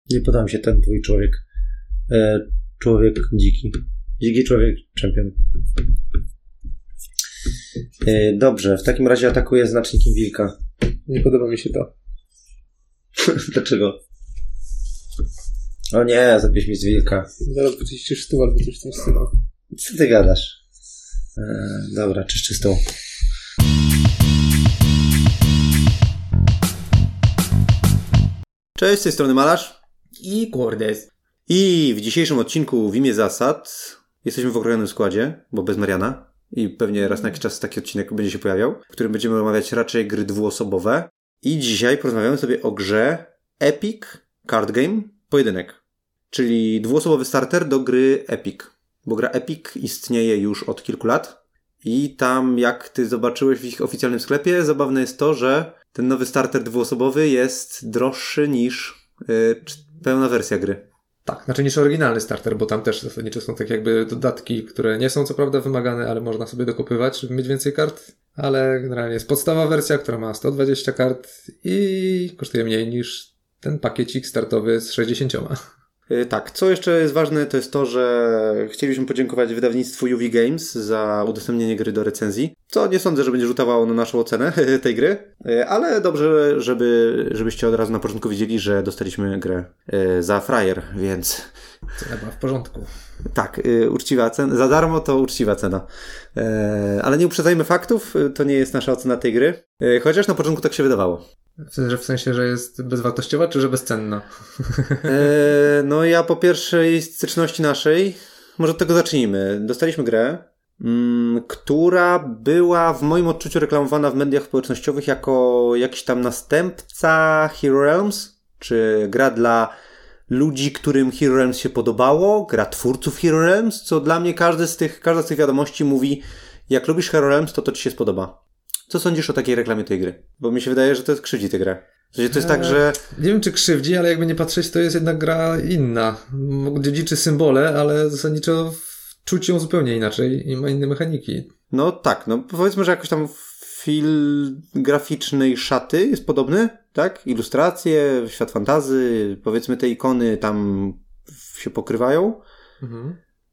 Nie podoba mi się ten twój człowiek. Człowiek dziki. Dziki człowiek czempion. Dobrze, w takim razie atakuję znacznikiem wilka. Nie podoba mi się to. Dlaczego? O nie, zapisz mi z wilka. Zaraz wyczyścisz stół albo coś w tym stylu. Co ty gadasz? Dobra, czyszczę stół. Cześć, z tej strony Malarz i Kordes. I w dzisiejszym odcinku w imię zasad jesteśmy w okrojonym składzie, bo bez Mariana i pewnie raz na jakiś czas taki odcinek będzie się pojawiał, w którym będziemy omawiać raczej gry dwuosobowe. I dzisiaj porozmawiamy sobie o grze Epic Card Game Pojedynek, czyli dwuosobowy starter do gry Epic, bo gra Epic istnieje już od kilku lat i tam, jak ty zobaczyłeś w ich oficjalnym sklepie, zabawne jest to, że ten nowy starter dwuosobowy jest droższy niż pełna wersja gry. Tak, znaczy niż oryginalny starter, bo tam też zasadniczo są takie jakby dodatki, które nie są co prawda wymagane, ale można sobie dokopywać, żeby mieć więcej kart, ale generalnie jest podstawowa wersja, która ma 120 kart i kosztuje mniej niż ten pakiecik startowy z 60. Tak, co jeszcze jest ważne, to jest to, że chcielibyśmy podziękować wydawnictwu UV Games za udostępnienie gry do recenzji, co nie sądzę, że będzie rzutowało na naszą ocenę tej gry, ale dobrze, żebyście od razu na początku wiedzieli, że dostaliśmy grę za frajer, więc... Cena była w porządku. Tak, uczciwa cena, za darmo to uczciwa cena. Ale nie uprzedzajmy faktów, to nie jest nasza ocena tej gry, chociaż na początku tak się wydawało. W sensie, że jest bezwartościowa, czy że bezcenna? No ja po pierwszej styczności naszej, może od tego zacznijmy. Dostaliśmy grę, która była w moim odczuciu reklamowana w mediach społecznościowych jako jakiś tam następca Hero Realms, czy gra dla ludzi, którym Hero Realms się podobało, gra twórców Hero Realms, co dla mnie każda z tych wiadomości mówi, jak lubisz Hero Realms, to ci się spodoba. Co sądzisz o takiej reklamie tej gry? Bo mi się wydaje, że to jest krzywdzi tę grę. W sensie to jest tak, że... Nie wiem, czy krzywdzi, ale jakby nie patrzeć, to jest jednak gra inna. Dziedziczy symbole, ale zasadniczo czuć ją zupełnie inaczej i ma inne mechaniki. No tak, no powiedzmy, że jakoś tam feel graficznej szaty jest podobny, tak? Ilustracje, świat fantazy, powiedzmy te ikony tam się pokrywają. Mhm.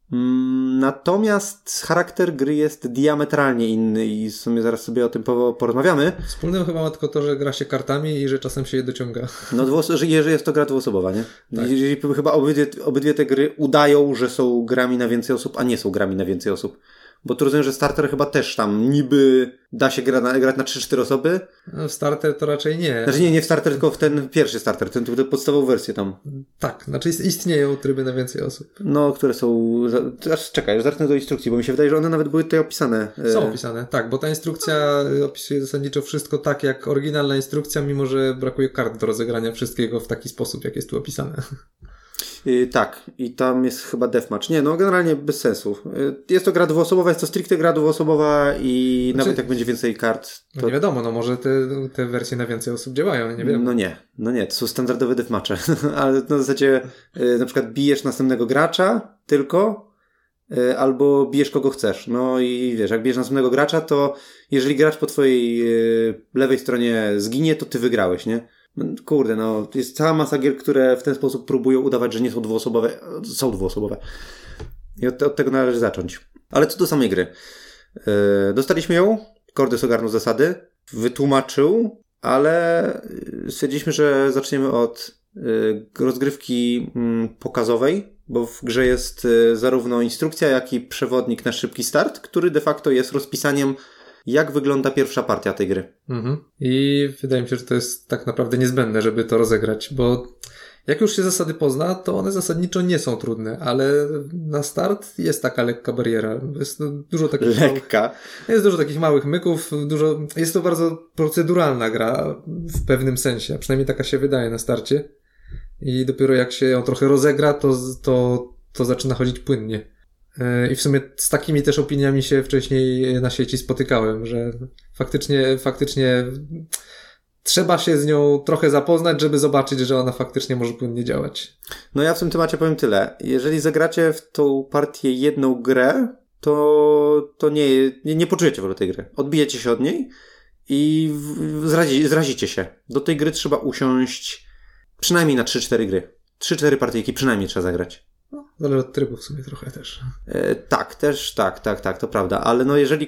Natomiast charakter gry jest diametralnie inny i w sumie zaraz sobie o tym porozmawiamy. Wspólnym chyba ma tylko to, że gra się kartami i że czasem się je dociąga. No, że jest to gra dwuosobowa, nie? Tak. Jeżeli chyba obydwie te gry udają, że są grami na więcej osób, a nie są grami na więcej osób. Bo tu rozumiem, że starter chyba też tam niby da się grać na 3-4 osoby. No, starter to raczej nie. Znaczy nie w starter, tylko w ten pierwszy starter, tę podstawową wersję tam. Tak, znaczy istnieją tryby na więcej osób. No, które są... Czekaj, zacznę do instrukcji, bo mi się wydaje, że one nawet były tutaj opisane. Są opisane, tak, bo ta instrukcja opisuje zasadniczo wszystko tak jak oryginalna instrukcja, mimo że brakuje kart do rozegrania wszystkiego w taki sposób, jak jest tu opisane. Tak, i tam jest chyba deathmatch. Nie, no generalnie bez sensu. Jest to gra dwuosobowa, jest to stricte gra dwuosobowa i znaczy, nawet jak będzie więcej kart... To... No nie wiadomo, no może te wersje na więcej osób działają, nie wiem. No nie, to są standardowe deathmatche, ale na zasadzie na przykład bijesz następnego gracza tylko, albo bijesz kogo chcesz. No i wiesz, jak bijesz następnego gracza, to jeżeli gracz po twojej lewej stronie zginie, to ty wygrałeś, nie? No, kurde, no jest cała masa gier, które w ten sposób próbują udawać, że nie są dwuosobowe. Są dwuosobowe. I od tego należy zacząć. Ale co do samej gry. Dostaliśmy ją, Kordes ogarnął zasady, wytłumaczył, ale stwierdziliśmy, że zaczniemy od rozgrywki pokazowej, bo w grze jest zarówno instrukcja, jak i przewodnik na szybki start, który de facto jest rozpisaniem, jak wygląda pierwsza partia tej gry. Mhm. I wydaje mi się, że to jest tak naprawdę niezbędne, żeby to rozegrać, bo jak już się zasady pozna, to one zasadniczo nie są trudne, ale na start jest taka lekka bariera. Jest dużo takich jest dużo takich małych myków, jest to bardzo proceduralna gra w pewnym sensie, a przynajmniej taka się wydaje na starcie. I dopiero jak się ją trochę rozegra, to zaczyna chodzić płynnie. I w sumie z takimi też opiniami się wcześniej na sieci spotykałem, że faktycznie trzeba się z nią trochę zapoznać, żeby zobaczyć, że ona faktycznie może płynnie działać. No ja w tym temacie powiem tyle. Jeżeli zagracie w tą partię jedną grę, to nie poczujecie w ogóle tej gry. Odbijecie się od niej i zrazicie się. Do tej gry trzeba usiąść przynajmniej na 3-4 gry. 3-4 partyjki przynajmniej trzeba zagrać. No, zależy od trybu w sumie trochę też. Tak, to prawda. Ale no jeżeli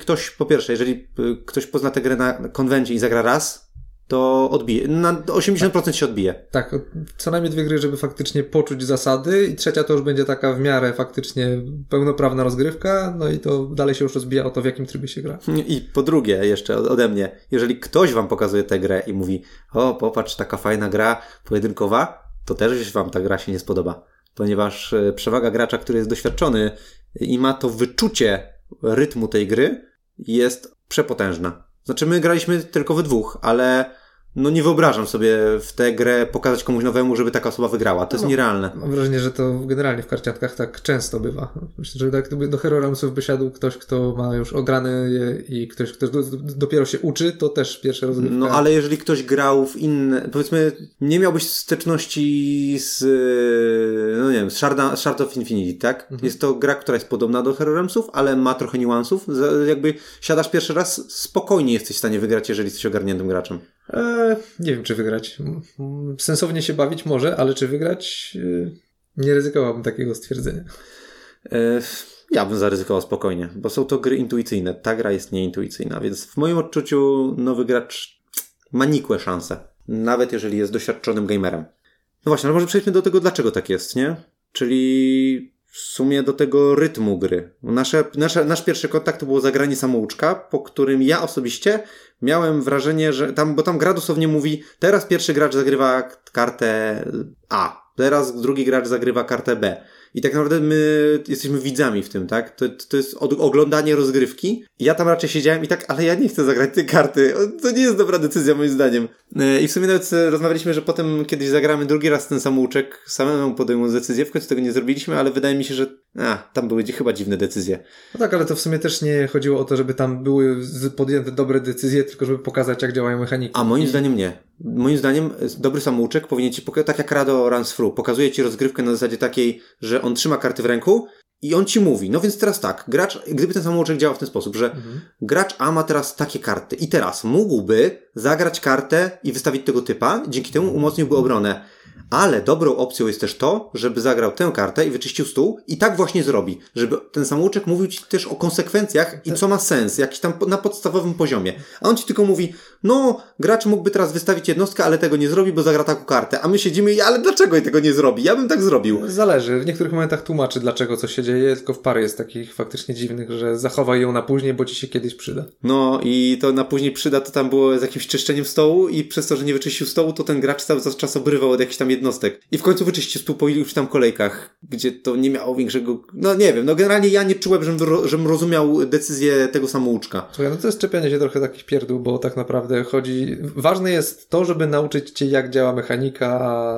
ktoś pozna tę grę na konwencie i zagra raz, to odbije. Na 80% się odbije. Tak, co najmniej 2 gry, żeby faktycznie poczuć zasady i trzecia to już będzie taka w miarę faktycznie pełnoprawna rozgrywka, no i to dalej się już rozbija o to, w jakim trybie się gra. I po drugie, jeszcze ode mnie, jeżeli ktoś wam pokazuje tę grę i mówi, o popatrz, taka fajna gra pojedynkowa, to też wam ta gra się nie spodoba. Ponieważ przewaga gracza, który jest doświadczony i ma to wyczucie rytmu tej gry, jest przepotężna. Znaczy my graliśmy tylko we 2, ale no nie wyobrażam sobie w tę grę pokazać komuś nowemu, żeby taka osoba wygrała. To jest nierealne. Mam wrażenie, że to generalnie w karciankach tak często bywa. Myślę, że tak gdyby do Hero Realmsów by siadł ktoś, kto ma już ograne je i ktoś, kto dopiero się uczy, to też pierwsze rozgrywka. No ale jeżeli ktoś grał w inne, powiedzmy, nie miałbyś styczności z, no nie wiem, z Shard of Infinity, tak? Mhm. Jest to gra, która jest podobna do Hero Realmsów, ale ma trochę niuansów. Jakby siadasz pierwszy raz, spokojnie jesteś w stanie wygrać, jeżeli jesteś ogarniętym graczem. Nie wiem, czy wygrać. Sensownie się bawić może, ale czy wygrać? Nie ryzykowałbym takiego stwierdzenia. Ja bym zaryzykował spokojnie, bo są to gry intuicyjne. Ta gra jest nieintuicyjna, więc w moim odczuciu nowy gracz ma nikłe szanse. Nawet jeżeli jest doświadczonym gamerem. No właśnie, ale może przejdźmy do tego, dlaczego tak jest, nie? Czyli w sumie do tego rytmu gry. Nasz pierwszy kontakt to było zagranie samouczka, po którym ja osobiście miałem wrażenie, że bo tam gra dosłownie mówi, teraz pierwszy gracz zagrywa kartę A, teraz drugi gracz zagrywa kartę B. I tak naprawdę my jesteśmy widzami w tym, tak? To jest oglądanie rozgrywki. I ja tam raczej siedziałem i tak, ale ja nie chcę zagrać tej karty. To nie jest dobra decyzja moim zdaniem. I w sumie nawet rozmawialiśmy, że potem kiedyś zagramy drugi raz ten samouczek, samemu podejmując decyzję. W końcu tego nie zrobiliśmy, ale wydaje mi się, że tam były chyba dziwne decyzje. No tak, ale to w sumie też nie chodziło o to, żeby tam były podjęte dobre decyzje, tylko żeby pokazać, jak działają mechaniki. A moim zdaniem nie. Moim zdaniem dobry samouczek powinien ci pokazać, tak jak Rado Runs Through, pokazuje ci rozgrywkę na zasadzie takiej, że on trzyma karty w ręku i on ci mówi, no więc teraz tak, gracz, gdyby ten samouczek działał w ten sposób, że gracz A ma teraz takie karty i teraz mógłby zagrać kartę i wystawić tego typa, dzięki temu umocniłby obronę. Ale dobrą opcją jest też to, żeby zagrał tę kartę i wyczyścił stół i tak właśnie zrobi, żeby ten samouczek mówił ci też o konsekwencjach i co ma sens, jakiś tam na podstawowym poziomie. A on ci tylko mówi, no gracz mógłby teraz wystawić jednostkę, ale tego nie zrobi, bo zagra taką kartę. A my siedzimy, ale dlaczego tego nie zrobi? Ja bym tak zrobił. Zależy. W niektórych momentach tłumaczy, dlaczego coś się dzieje, tylko w parę jest takich faktycznie dziwnych, że zachowaj ją na później, bo ci się kiedyś przyda. No i to na później przyda, to tam było z jakimś czyszczeniem stołu i przez to, że nie wyczyścił stołu, to ten gracz cały czas obrywał od jakichś tam jednostek. I w końcu wyczyścił stół po iluś tam kolejkach, gdzie to nie miało większego... No nie wiem, no generalnie ja nie czułem, żebym rozumiał decyzję tego samouczka. Słuchaj, no to jest czepianie się trochę takich pierdół, bo tak naprawdę chodzi... Ważne jest to, żeby nauczyć cię, jak działa mechanika,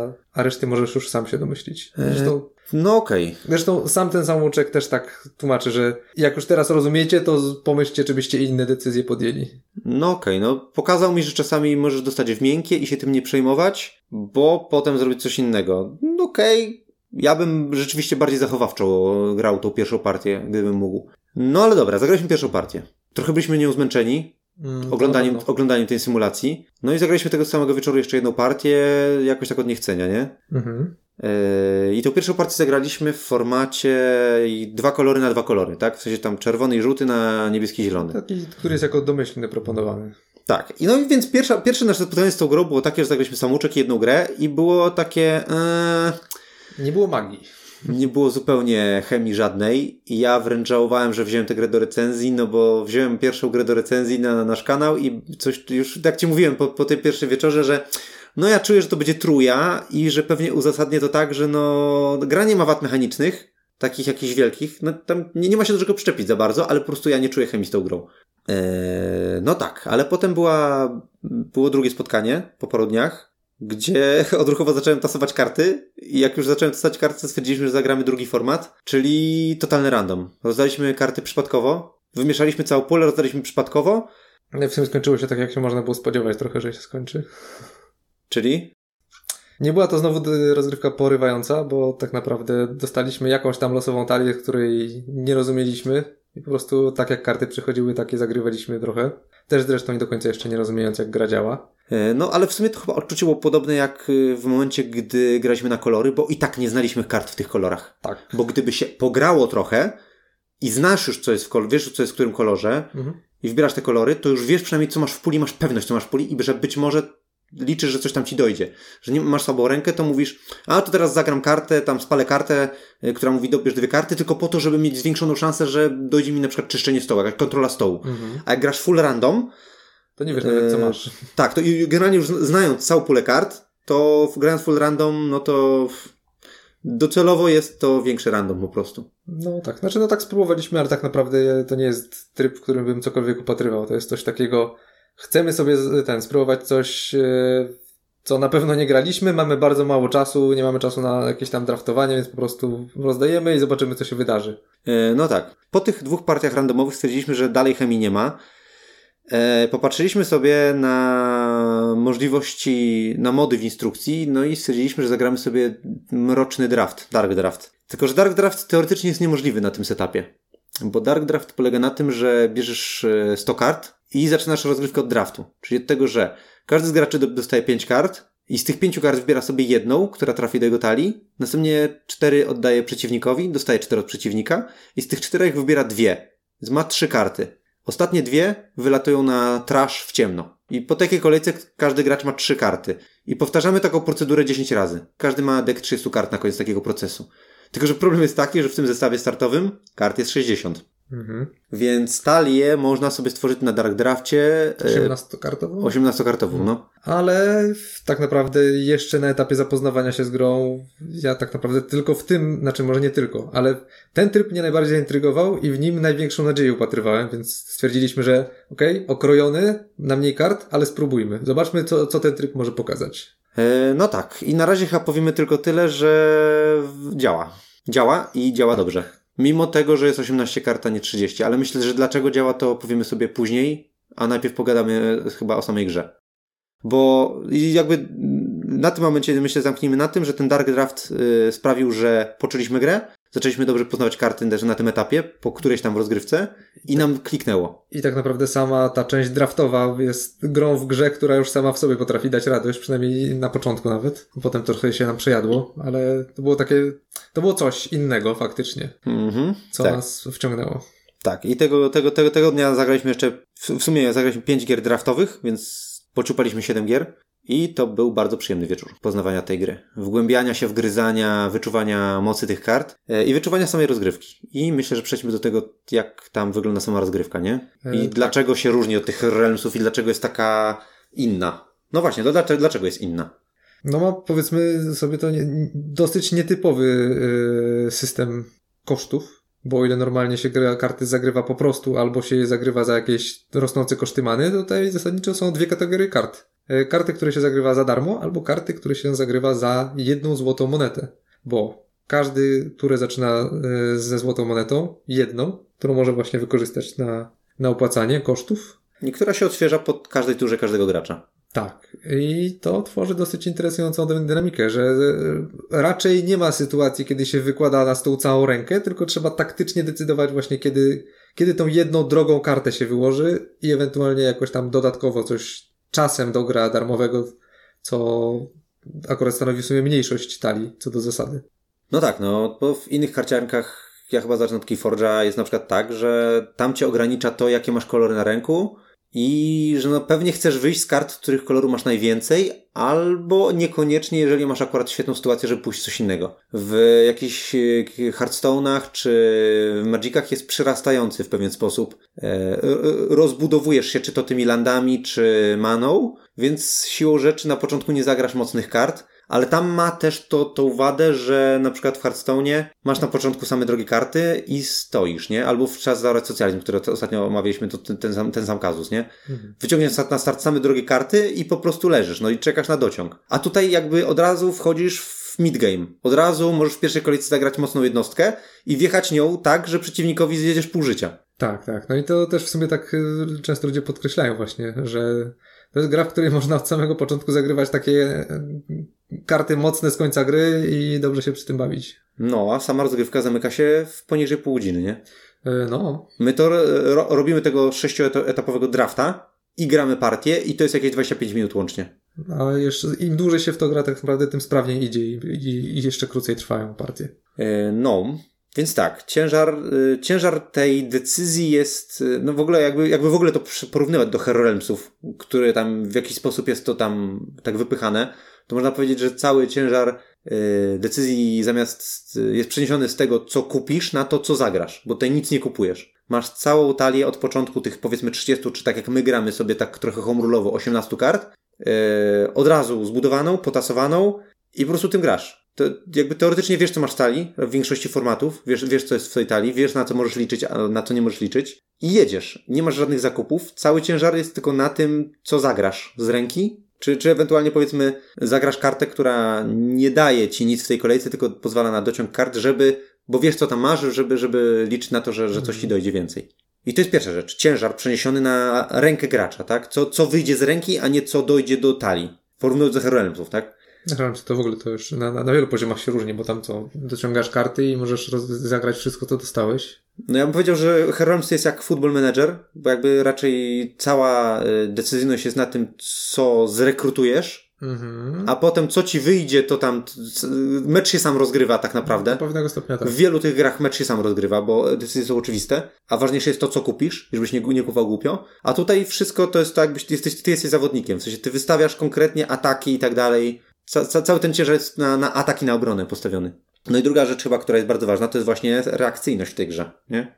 a reszty możesz już sam się domyślić. Zresztą... No okej. Zresztą sam ten samouczek też tak tłumaczy, że jak już teraz rozumiecie, to pomyślcie, czy byście inne decyzje podjęli. No okej, no pokazał mi, że czasami możesz dostać w miękkie i się tym nie przejmować, bo potem zrobić coś innego. No okej, ja bym rzeczywiście bardziej zachowawczo grał tą pierwszą partię, gdybym mógł. No ale dobra, zagraliśmy pierwszą partię. Trochę byliśmy nią zmęczeni oglądaniem tej symulacji. No i zagraliśmy tego samego wieczoru jeszcze jedną partię, jakoś tak od niechcenia, nie? Mhm. I tą pierwszą partię zagraliśmy w formacie 2 kolory na 2 kolory, tak? W sensie tam czerwony i żółty na niebieski i zielony. Taki, który jest jako domyślny proponowany. Tak. I no i więc pierwsze nasze spotkanie z tą grą było takie, że zagraliśmy samouczek i jedną grę i było takie... Nie było magii. Nie było zupełnie chemii żadnej i ja wręcz żałowałem, że wziąłem tę grę do recenzji, no bo wziąłem pierwszą grę do recenzji na nasz kanał i coś już, tak ci mówiłem po tej pierwszej wieczorze, że no ja czuję, że to będzie truja i że pewnie uzasadnię to tak, że no gra nie ma wad mechanicznych, takich jakichś wielkich, no tam nie ma się do czego przyczepić za bardzo, ale po prostu ja nie czuję chemii z tą grą. No tak, ale potem było drugie spotkanie po paru dniach, gdzie odruchowo zacząłem tasować karty i jak już zacząłem tasować karty, to stwierdziliśmy, że zagramy drugi format, czyli totalny random. Rozdaliśmy karty przypadkowo, wymieszaliśmy całą pulę, rozdaliśmy przypadkowo. Ale w sumie skończyło się tak, jak się można było spodziewać trochę, że się skończy. Czyli? Nie była to znowu rozgrywka porywająca, bo tak naprawdę dostaliśmy jakąś tam losową talię, której nie rozumieliśmy i po prostu tak jak karty przychodziły, takie zagrywaliśmy trochę. Też zresztą nie do końca jeszcze nie rozumiejąc, jak gra działa. No, ale w sumie to chyba odczucie było podobne jak w momencie, gdy graliśmy na kolory, bo i tak nie znaliśmy kart w tych kolorach. Tak. Bo gdyby się pograło trochę i znasz już, co jest wiesz, co jest w którym kolorze i wybierasz te kolory, to już wiesz przynajmniej, co masz w puli, masz pewność, co masz w puli i że być może liczysz, że coś tam ci dojdzie. Że nie masz słabą rękę, to mówisz, a to teraz zagram kartę, tam spalę kartę, która mówi dobierz 2 karty, tylko po to, żeby mieć zwiększoną szansę, że dojdzie mi na przykład czyszczenie stołu, jakaś kontrola stołu. A jak grasz full random, to nie wiesz nawet, co masz. Tak, to generalnie już znając całą pulę kart, to grając full random, no to docelowo jest to większy random po prostu. No tak, znaczy no tak spróbowaliśmy, ale tak naprawdę to nie jest tryb, w którym bym cokolwiek upatrywał. To jest coś takiego, chcemy sobie spróbować coś, co na pewno nie graliśmy, mamy bardzo mało czasu, nie mamy czasu na jakieś tam draftowanie, więc po prostu rozdajemy i zobaczymy, co się wydarzy. No tak. Po tych 2 partiach randomowych stwierdziliśmy, że dalej chemii nie ma. Popatrzyliśmy sobie na możliwości, na mody w instrukcji, no i stwierdziliśmy, że zagramy sobie mroczny draft, Dark Draft. Tylko że Dark Draft teoretycznie jest niemożliwy na tym setupie. Bo Dark Draft polega na tym, że bierzesz 100 kart i zaczynasz rozgrywkę od draftu. Czyli od tego, że każdy z graczy dostaje 5 kart i z tych 5 kart wybiera sobie jedną, która trafi do jego talii. Następnie 4 oddaje przeciwnikowi, dostaje 4 od przeciwnika i z tych 4 wybiera 2. Więc ma 3 karty. Ostatnie 2 wylatują na trash w ciemno. I po takiej kolejce każdy gracz ma 3 karty. I powtarzamy taką procedurę 10 razy. Każdy ma deck 30 kart na koniec takiego procesu. Tylko że problem jest taki, że w tym zestawie startowym kart jest 60. Więc talię można sobie stworzyć na Dark Drafcie 18-kartową? 18-kartową, no. Ale tak naprawdę jeszcze na etapie zapoznawania się z grą ja tak naprawdę tylko w tym, znaczy może nie tylko, ale ten tryb mnie najbardziej intrygował i w nim największą nadzieję upatrywałem, więc stwierdziliśmy, że okrojony na mniej kart, ale spróbujmy. Zobaczmy, co ten tryb może pokazać. No tak. I na razie chyba powiemy tylko tyle, że działa. Działa i działa dobrze. Mimo tego, że jest 18 kart, a nie 30. Ale myślę, że dlaczego działa, to powiemy sobie później, a najpierw pogadamy chyba o samej grze. Bo jakby na tym momencie myślę zamknijmy na tym, że ten Dark Draft sprawił, że poczuliśmy grę, zaczęliśmy dobrze poznawać karty też na tym etapie, po którejś tam rozgrywce i nam kliknęło. I tak naprawdę sama ta część draftowa jest grą w grze, która już sama w sobie potrafi dać radość, przynajmniej na początku nawet. Potem trochę się nam przejadło, ale to było coś innego faktycznie, co tak. nas wciągnęło. Tak, i tego dnia zagraliśmy jeszcze, w sumie zagraliśmy 5 gier draftowych, więc pociupaliśmy 7 gier. I to był bardzo przyjemny wieczór poznawania tej gry. Wgłębiania się, wgryzania, wyczuwania mocy tych kart i wyczuwania samej rozgrywki. I myślę, że przejdźmy do tego, jak tam wygląda sama rozgrywka, nie? I dlaczego się różni od tych Realmsów i dlaczego jest taka inna. No właśnie, to dlaczego jest inna? No ma, powiedzmy sobie, to dosyć nietypowy system kosztów, bo o ile normalnie się karty zagrywa po prostu, albo się je zagrywa za jakieś rosnące koszty many, to tutaj zasadniczo są 2 kategorie kart. Karty, które się zagrywa za darmo, albo karty, które się zagrywa za 1 złotą monetę. Bo każdy, który zaczyna ze złotą monetą, jedną, którą może właśnie wykorzystać na opłacanie kosztów. I która się odświeża po każdej turze każdego gracza. Tak. I to tworzy dosyć interesującą dynamikę, że raczej nie ma sytuacji, kiedy się wykłada na stół całą rękę, tylko trzeba taktycznie decydować właśnie, kiedy tą jedną drogą kartę się wyłoży i ewentualnie jakoś tam dodatkowo coś czasem do gra darmowego, co akurat stanowi w sumie mniejszość talii co do zasady. No tak, no bo w innych karciankach, ja chyba zacznę od Keyforge'a, jest na przykład tak, że tam cię ogranicza to, jakie masz kolory na ręku i że no pewnie chcesz wyjść z kart, których koloru masz najwięcej, albo niekoniecznie, jeżeli masz akurat świetną sytuację, żeby pójść coś innego. W jakichś Hearthstone'ach czy w Magicach jest przyrastający w pewien sposób. Rozbudowujesz się czy to tymi landami, czy maną, więc siłą rzeczy na początku nie zagrasz mocnych kart, ale tam ma też tą wadę, że na przykład w Hearthstone'ie masz na początku same drogie karty i stoisz, nie? Albo w Czas zaorać socjalizm, który ostatnio omawialiśmy, to ten sam kazus, nie? Wyciągniesz na start same drogie karty i po prostu leżysz, no i czekasz na dociąg. A tutaj jakby od razu wchodzisz w midgame. Od razu możesz w pierwszej kolejce zagrać mocną jednostkę i wjechać nią tak, że przeciwnikowi zjedziesz pół życia. Tak. No i to też w sumie tak często ludzie podkreślają właśnie, że to jest gra, w której można od samego początku zagrywać takie karty mocne z końca gry i dobrze się przy tym bawić. No, a sama rozgrywka zamyka się w poniżej pół godziny, nie? No. My to robimy tego 6-etapowego drafta i gramy partię i to jest jakieś 25 minut łącznie. A jeszcze im dłużej się w to gra, tak naprawdę tym sprawniej idzie i jeszcze krócej trwają partie. No, więc tak, ciężar tej decyzji jest, no w ogóle jakby w ogóle to porównywać do Hero Realmsów, które tam w jakiś sposób jest to tam tak wypychane, to można powiedzieć, że cały ciężar decyzji jest przeniesiony z tego, co kupisz, na to, co zagrasz, bo tutaj nic nie kupujesz. Masz całą talię od początku tych powiedzmy 30, czy tak jak my gramy sobie tak trochę homerulowo 18 kart, od razu zbudowaną, potasowaną i po prostu tym grasz. To jakby teoretycznie wiesz, co masz w talii, w większości formatów, wiesz, co jest w twojej talii, wiesz, na co możesz liczyć, a na co nie możesz liczyć i jedziesz. Nie masz żadnych zakupów, cały ciężar jest tylko na tym, co zagrasz z ręki, czy ewentualnie powiedzmy zagrasz kartę, która nie daje ci nic w tej kolejce, tylko pozwala na dociąg kart, bo wiesz, co tam masz, żeby liczyć na to, że coś ci dojdzie więcej. I to jest pierwsza rzecz. Ciężar przeniesiony na rękę gracza, tak? Co wyjdzie z ręki, a nie co dojdzie do talii. Porównując do Hero Realmsów, tak? To w ogóle to już na wielu poziomach się różni, bo tam dociągasz karty i możesz zagrać wszystko, co dostałeś. No ja bym powiedział, że Hero Realms jest jak Football Manager, bo jakby raczej cała decyzyjność jest na tym, co zrekrutujesz, a potem co ci wyjdzie, to tam mecz się sam rozgrywa tak naprawdę. Do pewnego stopnia tak. W wielu tych grach mecz się sam rozgrywa, bo decyzje są oczywiste, a ważniejsze jest to, co kupisz, żebyś nie kupował głupio. A tutaj wszystko to jest tak, ty jesteś zawodnikiem, w sensie ty wystawiasz konkretnie ataki i tak dalej. Cały ten ciężar jest na ataki, na obronę postawiony. No i druga rzecz chyba, która jest bardzo ważna, to jest właśnie reakcyjność w tej grze, nie?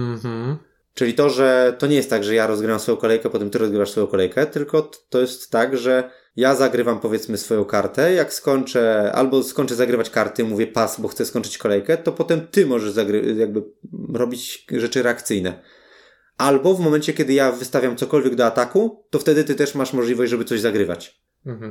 Czyli to, że to nie jest tak, że ja rozgrywam swoją kolejkę, potem ty rozgrywasz swoją kolejkę, tylko to jest tak, że ja zagrywam powiedzmy swoją kartę, jak skończę zagrywać karty, mówię pas, bo chcę skończyć kolejkę, to potem ty możesz jakby robić rzeczy reakcyjne. Albo w momencie, kiedy ja wystawiam cokolwiek do ataku, to wtedy ty też masz możliwość, żeby coś zagrywać.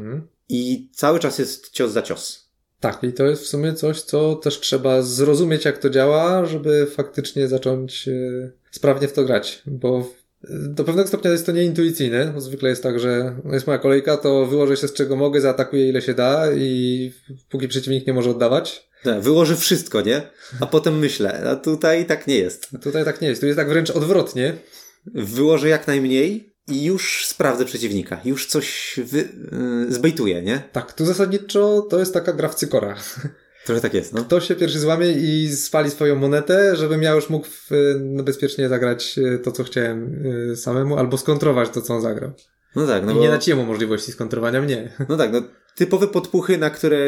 I cały czas jest cios za cios. Tak, i to jest w sumie coś, co też trzeba zrozumieć, jak to działa, żeby faktycznie zacząć sprawnie w to grać, bo do pewnego stopnia jest to nieintuicyjne. Zwykle jest tak, że jest moja kolejka, to wyłożę się z czego mogę, zaatakuję ile się da i póki przeciwnik nie może oddawać. Tak, wyłożę wszystko, nie? A potem myślę, a tutaj tak nie jest. Tutaj tak nie jest, tu jest tak wręcz odwrotnie. Wyłożę jak najmniej i już sprawdzę przeciwnika. Już coś zbejtuję, nie? Tak, tu zasadniczo to jest taka gra w cykora. Trochę tak jest, no. Kto się pierwszy złamie i spali swoją monetę, żebym ja już mógł bezpiecznie zagrać to, co chciałem samemu, albo skontrować to, co on zagrał. No tak, no i nie dać jemu możliwości skontrowania mnie. No tak, no typowe podpuchy, na które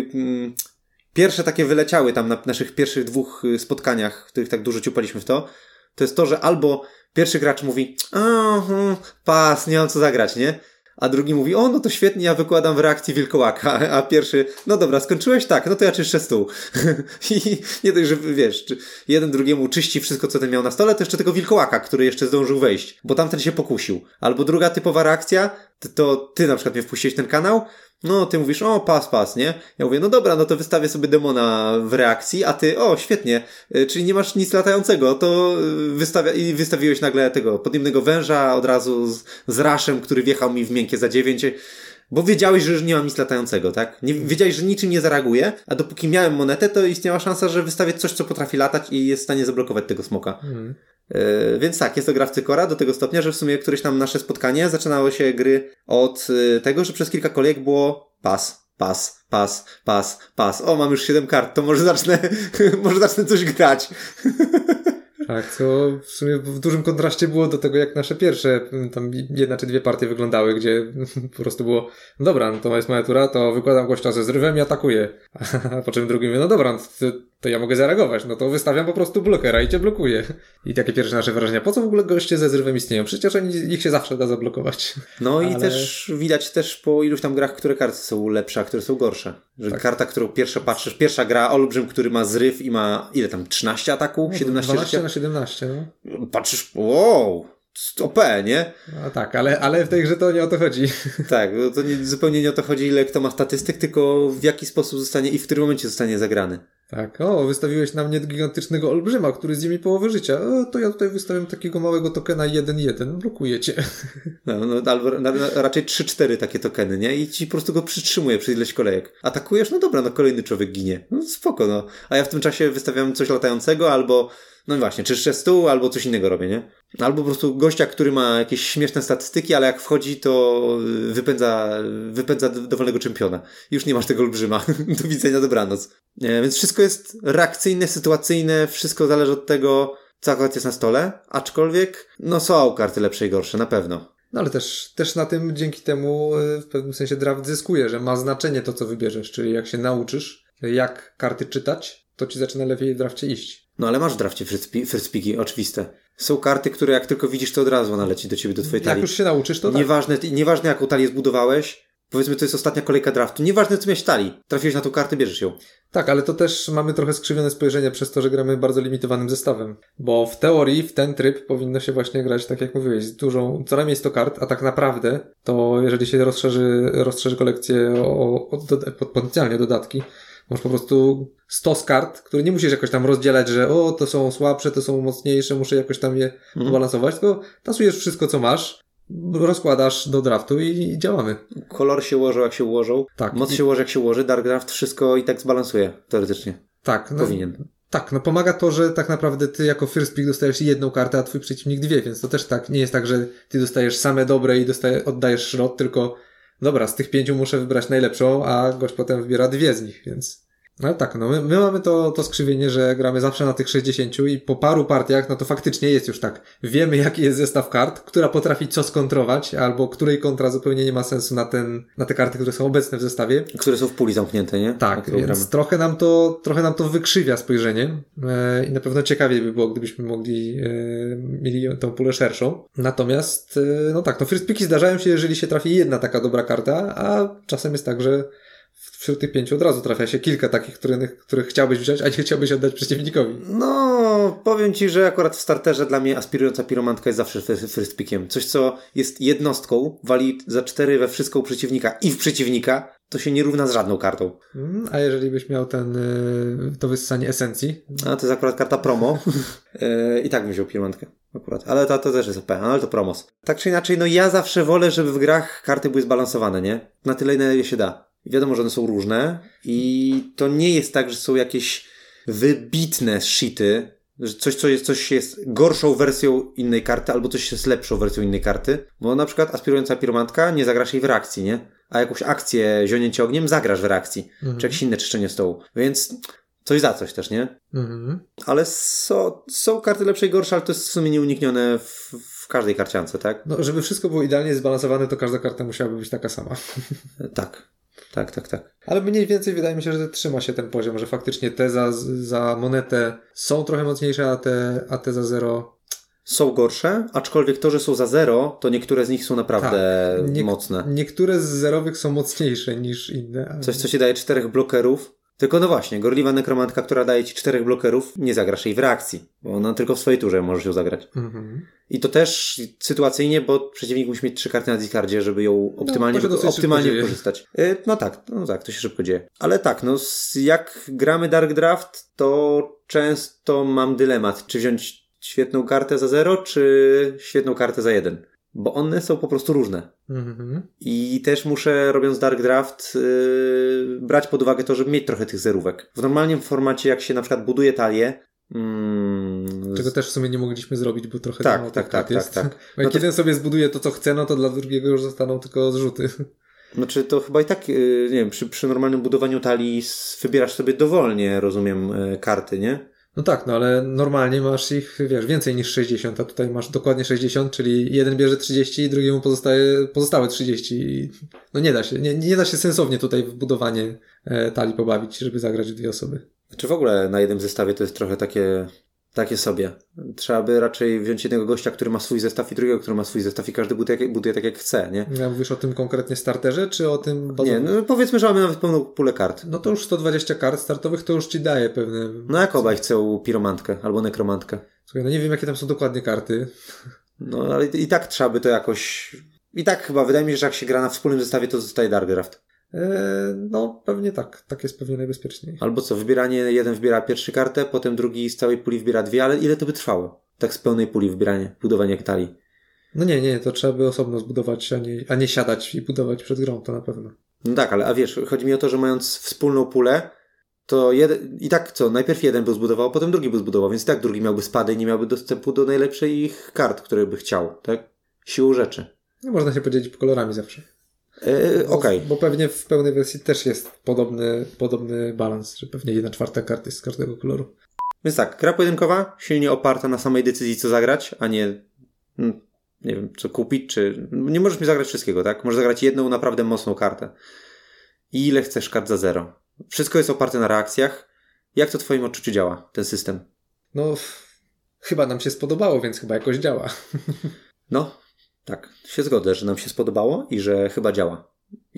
pierwsze takie wyleciały tam na naszych pierwszych 2 spotkaniach, w których tak dużo ciupaliśmy w to jest to, że albo pierwszy gracz mówi pas, nie mam co zagrać, nie? A drugi mówi, no to świetnie, ja wykładam w reakcji wilkołaka, a pierwszy, no dobra, skończyłeś? Tak, no to ja czyszczę stół. I nie dość, że wiesz, jeden drugiemu czyści wszystko, co ten miał na stole, to jeszcze tego wilkołaka, który jeszcze zdążył wejść, bo tamten się pokusił. Albo druga typowa reakcja, to ty na przykład mnie wpuściłeś ten kanał, no ty mówisz, pas, nie? Ja mówię, no dobra, no to wystawię sobie demona w reakcji, a ty, świetnie, czyli nie masz nic latającego, to wystawiłeś nagle tego podniebnego węża od razu z raszem, który wjechał mi w miękkie za 9, bo wiedziałeś, że już nie mam nic latającego, tak? Wiedziałeś, że niczym nie zareaguje, a dopóki miałem monetę, to istniała szansa, że wystawię coś, co potrafi latać i jest w stanie zablokować tego smoka. Więc tak, jest to gra w cykora do tego stopnia, że w sumie któreś tam nasze spotkanie zaczynało się gry od tego, że przez kilka kolejek było pas. Mam już 7 kart, to może zacznę coś grać. Tak, co w sumie w dużym kontraście było do tego, jak nasze pierwsze tam 1 czy 2 partie wyglądały, gdzie po prostu było, no dobra, no to jest moja tura, to wykładam gościa ze zrywem i atakuję. A po czym drugi mówi, no dobra, to ja mogę zareagować, no to wystawiam po prostu blokera i cię blokuję. I takie pierwsze nasze wrażenia, po co w ogóle goście ze zrywem istnieją? Przecież ich się zawsze da zablokować. No i też widać też po iluś tam grach, które karty są lepsze, a które są gorsze. Że tak. Karta, którą pierwsza gra, olbrzym, który ma zryw i ma ile tam, 13 ataku? 17 12 na 17, no. Patrzysz, wow, OP, nie? No tak, ale w tej grze to nie o to chodzi. Tak, to zupełnie nie o to chodzi, ile kto ma statystyk, tylko w jaki sposób zostanie i w którym momencie zostanie zagrany. Tak, wystawiłeś na mnie gigantycznego olbrzyma, który zje mi połowę życia. To ja tutaj wystawiam takiego małego tokena 1-1, blokuję cię. No albo raczej 3-4 takie tokeny, nie? I ci po prostu go przytrzymuje przez ileś kolejek. Atakujesz? No dobra, kolejny człowiek ginie. No spoko, no. A ja w tym czasie wystawiam coś latającego, albo No właśnie, czyszczę stół albo coś innego robię, nie? Albo po prostu gościa, który ma jakieś śmieszne statystyki, ale jak wchodzi, to wypędza dowolnego czempiona. Już nie masz tego olbrzyma. Do widzenia, dobranoc. Więc wszystko jest reakcyjne, sytuacyjne, wszystko zależy od tego, co akurat jest na stole, aczkolwiek no są karty lepsze i gorsze, na pewno. No ale też na tym dzięki temu w pewnym sensie draft zyskuje, że ma znaczenie to, co wybierzesz, czyli jak się nauczysz, jak karty czytać, to ci zaczyna lepiej w drafcie iść. No ale masz w drafcie first picki, oczywiste. Są karty, które jak tylko widzisz, to od razu ona leci do ciebie, do twojej talii. Jak już się nauczysz, to Nieważne jaką talię zbudowałeś, powiedzmy to jest ostatnia kolejka draftu, nieważne co miałeś talii, trafiłeś na tą kartę, bierzesz ją. Tak, ale to też mamy trochę skrzywione spojrzenie przez to, że gramy bardzo limitowanym zestawem. Bo w teorii w ten tryb powinno się właśnie grać, tak jak mówiłeś, z dużą, co najmniej 100 kart, a tak naprawdę to jeżeli się rozszerzy kolekcję potencjalnie dodatki, masz po prostu 100 kart, które nie musisz jakoś tam rozdzielać, że to są słabsze, to są mocniejsze, muszę jakoś tam je balansować, tylko tasujesz wszystko, co masz, rozkładasz do draftu i działamy. Kolor się ułożą, jak się ułożą. Tak. Moc się ułoży, jak się ułoży. Dark Draft wszystko i tak zbalansuje, teoretycznie. Tak. Powinien. Tak, pomaga to, że tak naprawdę ty jako first pick dostajesz jedną kartę, a twój przeciwnik dwie, więc to też tak, nie jest tak, że ty dostajesz same dobre i oddajesz szrot, tylko dobra, z tych 5 muszę wybrać najlepszą, a gość potem wybiera 2 z nich, więc... No tak, my mamy to skrzywienie, że gramy zawsze na tych 60 i po paru partiach, no to faktycznie jest już tak. Wiemy, jaki jest zestaw kart, która potrafi co skontrować, albo której kontra zupełnie nie ma sensu na te karty, które są obecne w zestawie. Które są w puli zamknięte, nie? Tak, więc trochę nam to wykrzywia spojrzenie i na pewno ciekawiej by było, gdybyśmy mieli tą pulę szerszą. Natomiast, no tak, first picki zdarzają się, jeżeli się trafi jedna taka dobra karta, a czasem jest tak, że wśród tych 5 od razu trafia się kilka takich, których chciałbyś wziąć, a nie chciałbyś oddać przeciwnikowi. No, powiem ci, że akurat w starterze dla mnie aspirująca piromantka jest zawsze first pickiem. Coś, co jest jednostką, wali za 4 we wszystko u przeciwnika i w przeciwnika, to się nie równa z żadną kartą. A jeżeli byś miał to wyssanie esencji? A to jest akurat karta promo. I tak bym wziął piromantkę. Akurat. Ale to też jest OP, ale to promos. Tak czy inaczej, no ja zawsze wolę, żeby w grach karty były zbalansowane, nie? Na tyle, ile się da. Wiadomo, że one są różne i to nie jest tak, że są jakieś wybitne shity, że coś jest gorszą wersją innej karty albo coś jest lepszą wersją innej karty, bo na przykład aspirująca piromantka nie zagrasz jej w reakcji, nie? A jakąś akcję zionięcie ogniem zagrasz w reakcji, czy jakieś inne czyszczenie stołu. Więc coś za coś też, nie? Ale są karty lepsze i gorsze, ale to jest w sumie nieuniknione w każdej karciance, tak? No, żeby wszystko było idealnie zbalansowane, to każda karta musiałaby być taka sama. Tak. Ale mniej więcej wydaje mi się, że trzyma się ten poziom, że faktycznie te za monetę są trochę mocniejsze, a te za 0 są gorsze, aczkolwiek to, że są za 0, to niektóre z nich są naprawdę mocne. Niektóre z zerowych są mocniejsze niż inne. Ale... Coś, co ci daje 4 blokerów. Tylko no właśnie, gorliwa nekromantka, która daje ci 4 blokerów, nie zagrasz jej w reakcji, bo ona tylko w swojej turze możesz ją zagrać. I to też sytuacyjnie, bo przeciwnik musi mieć 3 karty na discardzie, żeby ją optymalnie wykorzystać. No tak, to się szybko dzieje. Ale tak, jak gramy Dark Draft, to często mam dylemat, czy wziąć świetną kartę za 0, czy świetną kartę za 1. Bo one są po prostu różne. I też muszę, robiąc Dark Draft, brać pod uwagę to, żeby mieć trochę tych zerówek. W normalnym formacie, jak się na przykład buduje talię, czego też w sumie nie mogliśmy zrobić, bo trochę tak. Bo jak jeden sobie zbuduje to, co chce, no to dla drugiego już zostaną tylko zrzuty. Znaczy to chyba i tak, nie wiem, przy normalnym budowaniu talii wybierasz sobie dowolnie, rozumiem, karty, nie? No tak, ale normalnie masz ich, więcej niż 60, a tutaj masz dokładnie 60, czyli jeden bierze 30 i drugiemu pozostałe 30. No nie da się sensownie tutaj w budowanie talii pobawić, żeby zagrać 2 osoby. Znaczy w ogóle na jednym zestawie to jest trochę takie sobie. Trzeba by raczej wziąć jednego gościa, który ma swój zestaw i drugiego, który ma swój zestaw i każdy buduje tak jak chce, nie? Ja mówisz o tym konkretnie starterze, czy o tym bazowym? Nie, powiedzmy, że mamy nawet pełną pulę kart. No to już 120 kart startowych to już ci daje pewne... No jak obaj chcą piromantkę albo nekromantkę. Słuchaj, nie wiem jakie tam są dokładnie karty. No ale i tak trzeba by to jakoś... I tak chyba, wydaje mi się, że jak się gra na wspólnym zestawie, to zostaje Dark Draft. No pewnie tak. Tak jest pewnie najbezpieczniej. Albo co, jeden wybiera pierwszy kartę, potem drugi z całej puli wybiera 2, ale ile to by trwało? Tak z pełnej puli budowanie talii. No nie, to trzeba by osobno zbudować, a nie siadać i budować przed grą, to na pewno. No tak, ale a wiesz, chodzi mi o to, że mając wspólną pulę, to i tak co, najpierw jeden był zbudował, potem drugi był zbudował, więc i tak drugi miałby spady i nie miałby dostępu do najlepszych kart, które by chciał, tak? Siłą rzeczy. No, można się podzielić kolorami zawsze. Okej. Bo pewnie w pełnej wersji też jest podobny balans, że pewnie 1/4 karty jest z każdego koloru. Więc tak, gra pojedynkowa, silnie oparta na samej decyzji, co zagrać, a nie wiem, co kupić, czy... Nie możesz mi zagrać wszystkiego, tak? Możesz zagrać jedną naprawdę mocną kartę. I ile chcesz kart za 0. Wszystko jest oparte na reakcjach. Jak to w twoim odczuciu działa, ten system? No, chyba nam się spodobało, więc chyba jakoś działa. No, tak. Się zgodzę, że nam się spodobało i że chyba działa.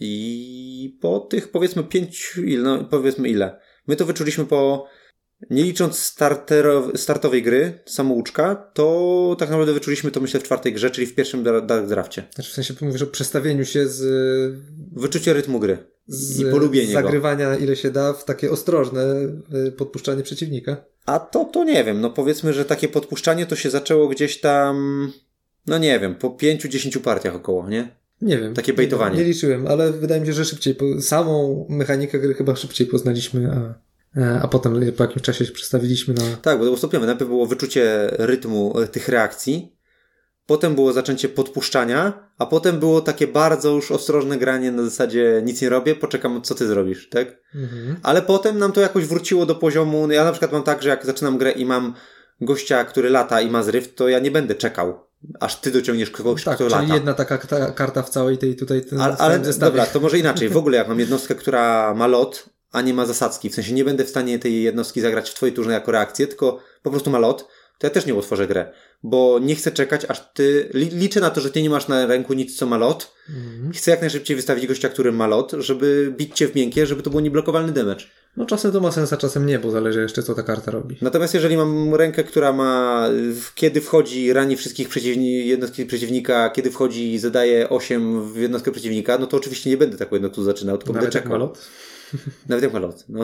I po tych, powiedzmy, 5... powiedzmy ile? My to wyczuliśmy po... Nie licząc startowej gry, samouczka, to tak naprawdę wyczuliśmy to, myślę, w 4. grze, czyli w pierwszym Dark Drafcie. Znaczy w sensie mówisz o przestawieniu się z... Wyczucie rytmu gry i polubienie zagrywania ile się da w takie ostrożne podpuszczanie przeciwnika. A to nie wiem, no powiedzmy, że takie podpuszczanie to się zaczęło gdzieś tam, no nie wiem, po 5-10 partiach około, nie? Nie wiem. Takie bejtowanie. Nie liczyłem, ale wydaje mi się, że szybciej, samą mechanikę gry chyba szybciej poznaliśmy, a potem po jakimś czasie się przestawiliśmy na... Tak, bo to było stopniowe. Najpierw było wyczucie rytmu tych reakcji, potem było zaczęcie podpuszczania, a potem było takie bardzo już ostrożne granie na zasadzie nic nie robię, poczekam co ty zrobisz, tak? Mhm. Ale potem nam to jakoś wróciło do poziomu, ja na przykład mam tak, że jak zaczynam grę i mam gościa, który lata i ma zryw, to ja nie będę czekał, aż ty dociągniesz kogoś, kto lata. Czyli jedna taka karta w całej tej tutaj... Ale dobra, to może inaczej. W ogóle jak mam jednostkę, która ma lot, a nie ma zasadzki, w sensie nie będę w stanie tej jednostki zagrać w twojej turze jako reakcję, tylko po prostu ma lot, to ja też nie otworzę grę, bo nie chcę czekać, aż ty... Liczę na to, że ty nie masz na ręku nic, co ma lot. Chcę jak najszybciej wystawić gościa, który ma lot, żeby bić cię w miękkie, żeby to był nieblokowalny damage. No czasem to ma sens, a czasem nie, bo zależy jeszcze, co ta karta robi. Natomiast jeżeli mam rękę, która ma... Kiedy wchodzi, rani wszystkich jednostki przeciwnika, kiedy wchodzi i zadaje 8 w jednostkę przeciwnika, no to oczywiście nie będę taką jednostką zaczynał, tylko będę czekał. Ma lot? Nawet jak ma lot, no.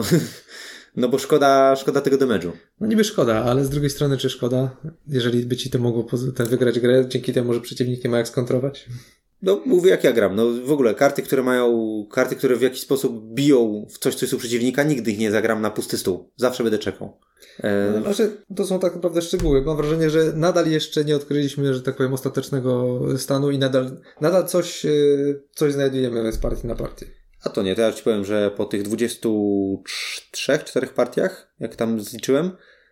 No bo szkoda tego damage'u. No niby szkoda, ale z drugiej strony czy szkoda? Jeżeli by ci to mogło wygrać grę, dzięki temu, że przeciwnik nie ma jak skontrować? No mówię jak ja gram. No w ogóle karty, które w jakiś sposób biją w coś, co jest u przeciwnika, nigdy ich nie zagram na pusty stół. Zawsze będę czekał. Znaczy, to są tak naprawdę szczegóły. Mam wrażenie, że nadal jeszcze nie odkryliśmy, że tak powiem, ostatecznego stanu i nadal coś znajdujemy z partii na partię. A to nie, to ja ci powiem, że po tych 23-4 partiach, jak tam zliczyłem,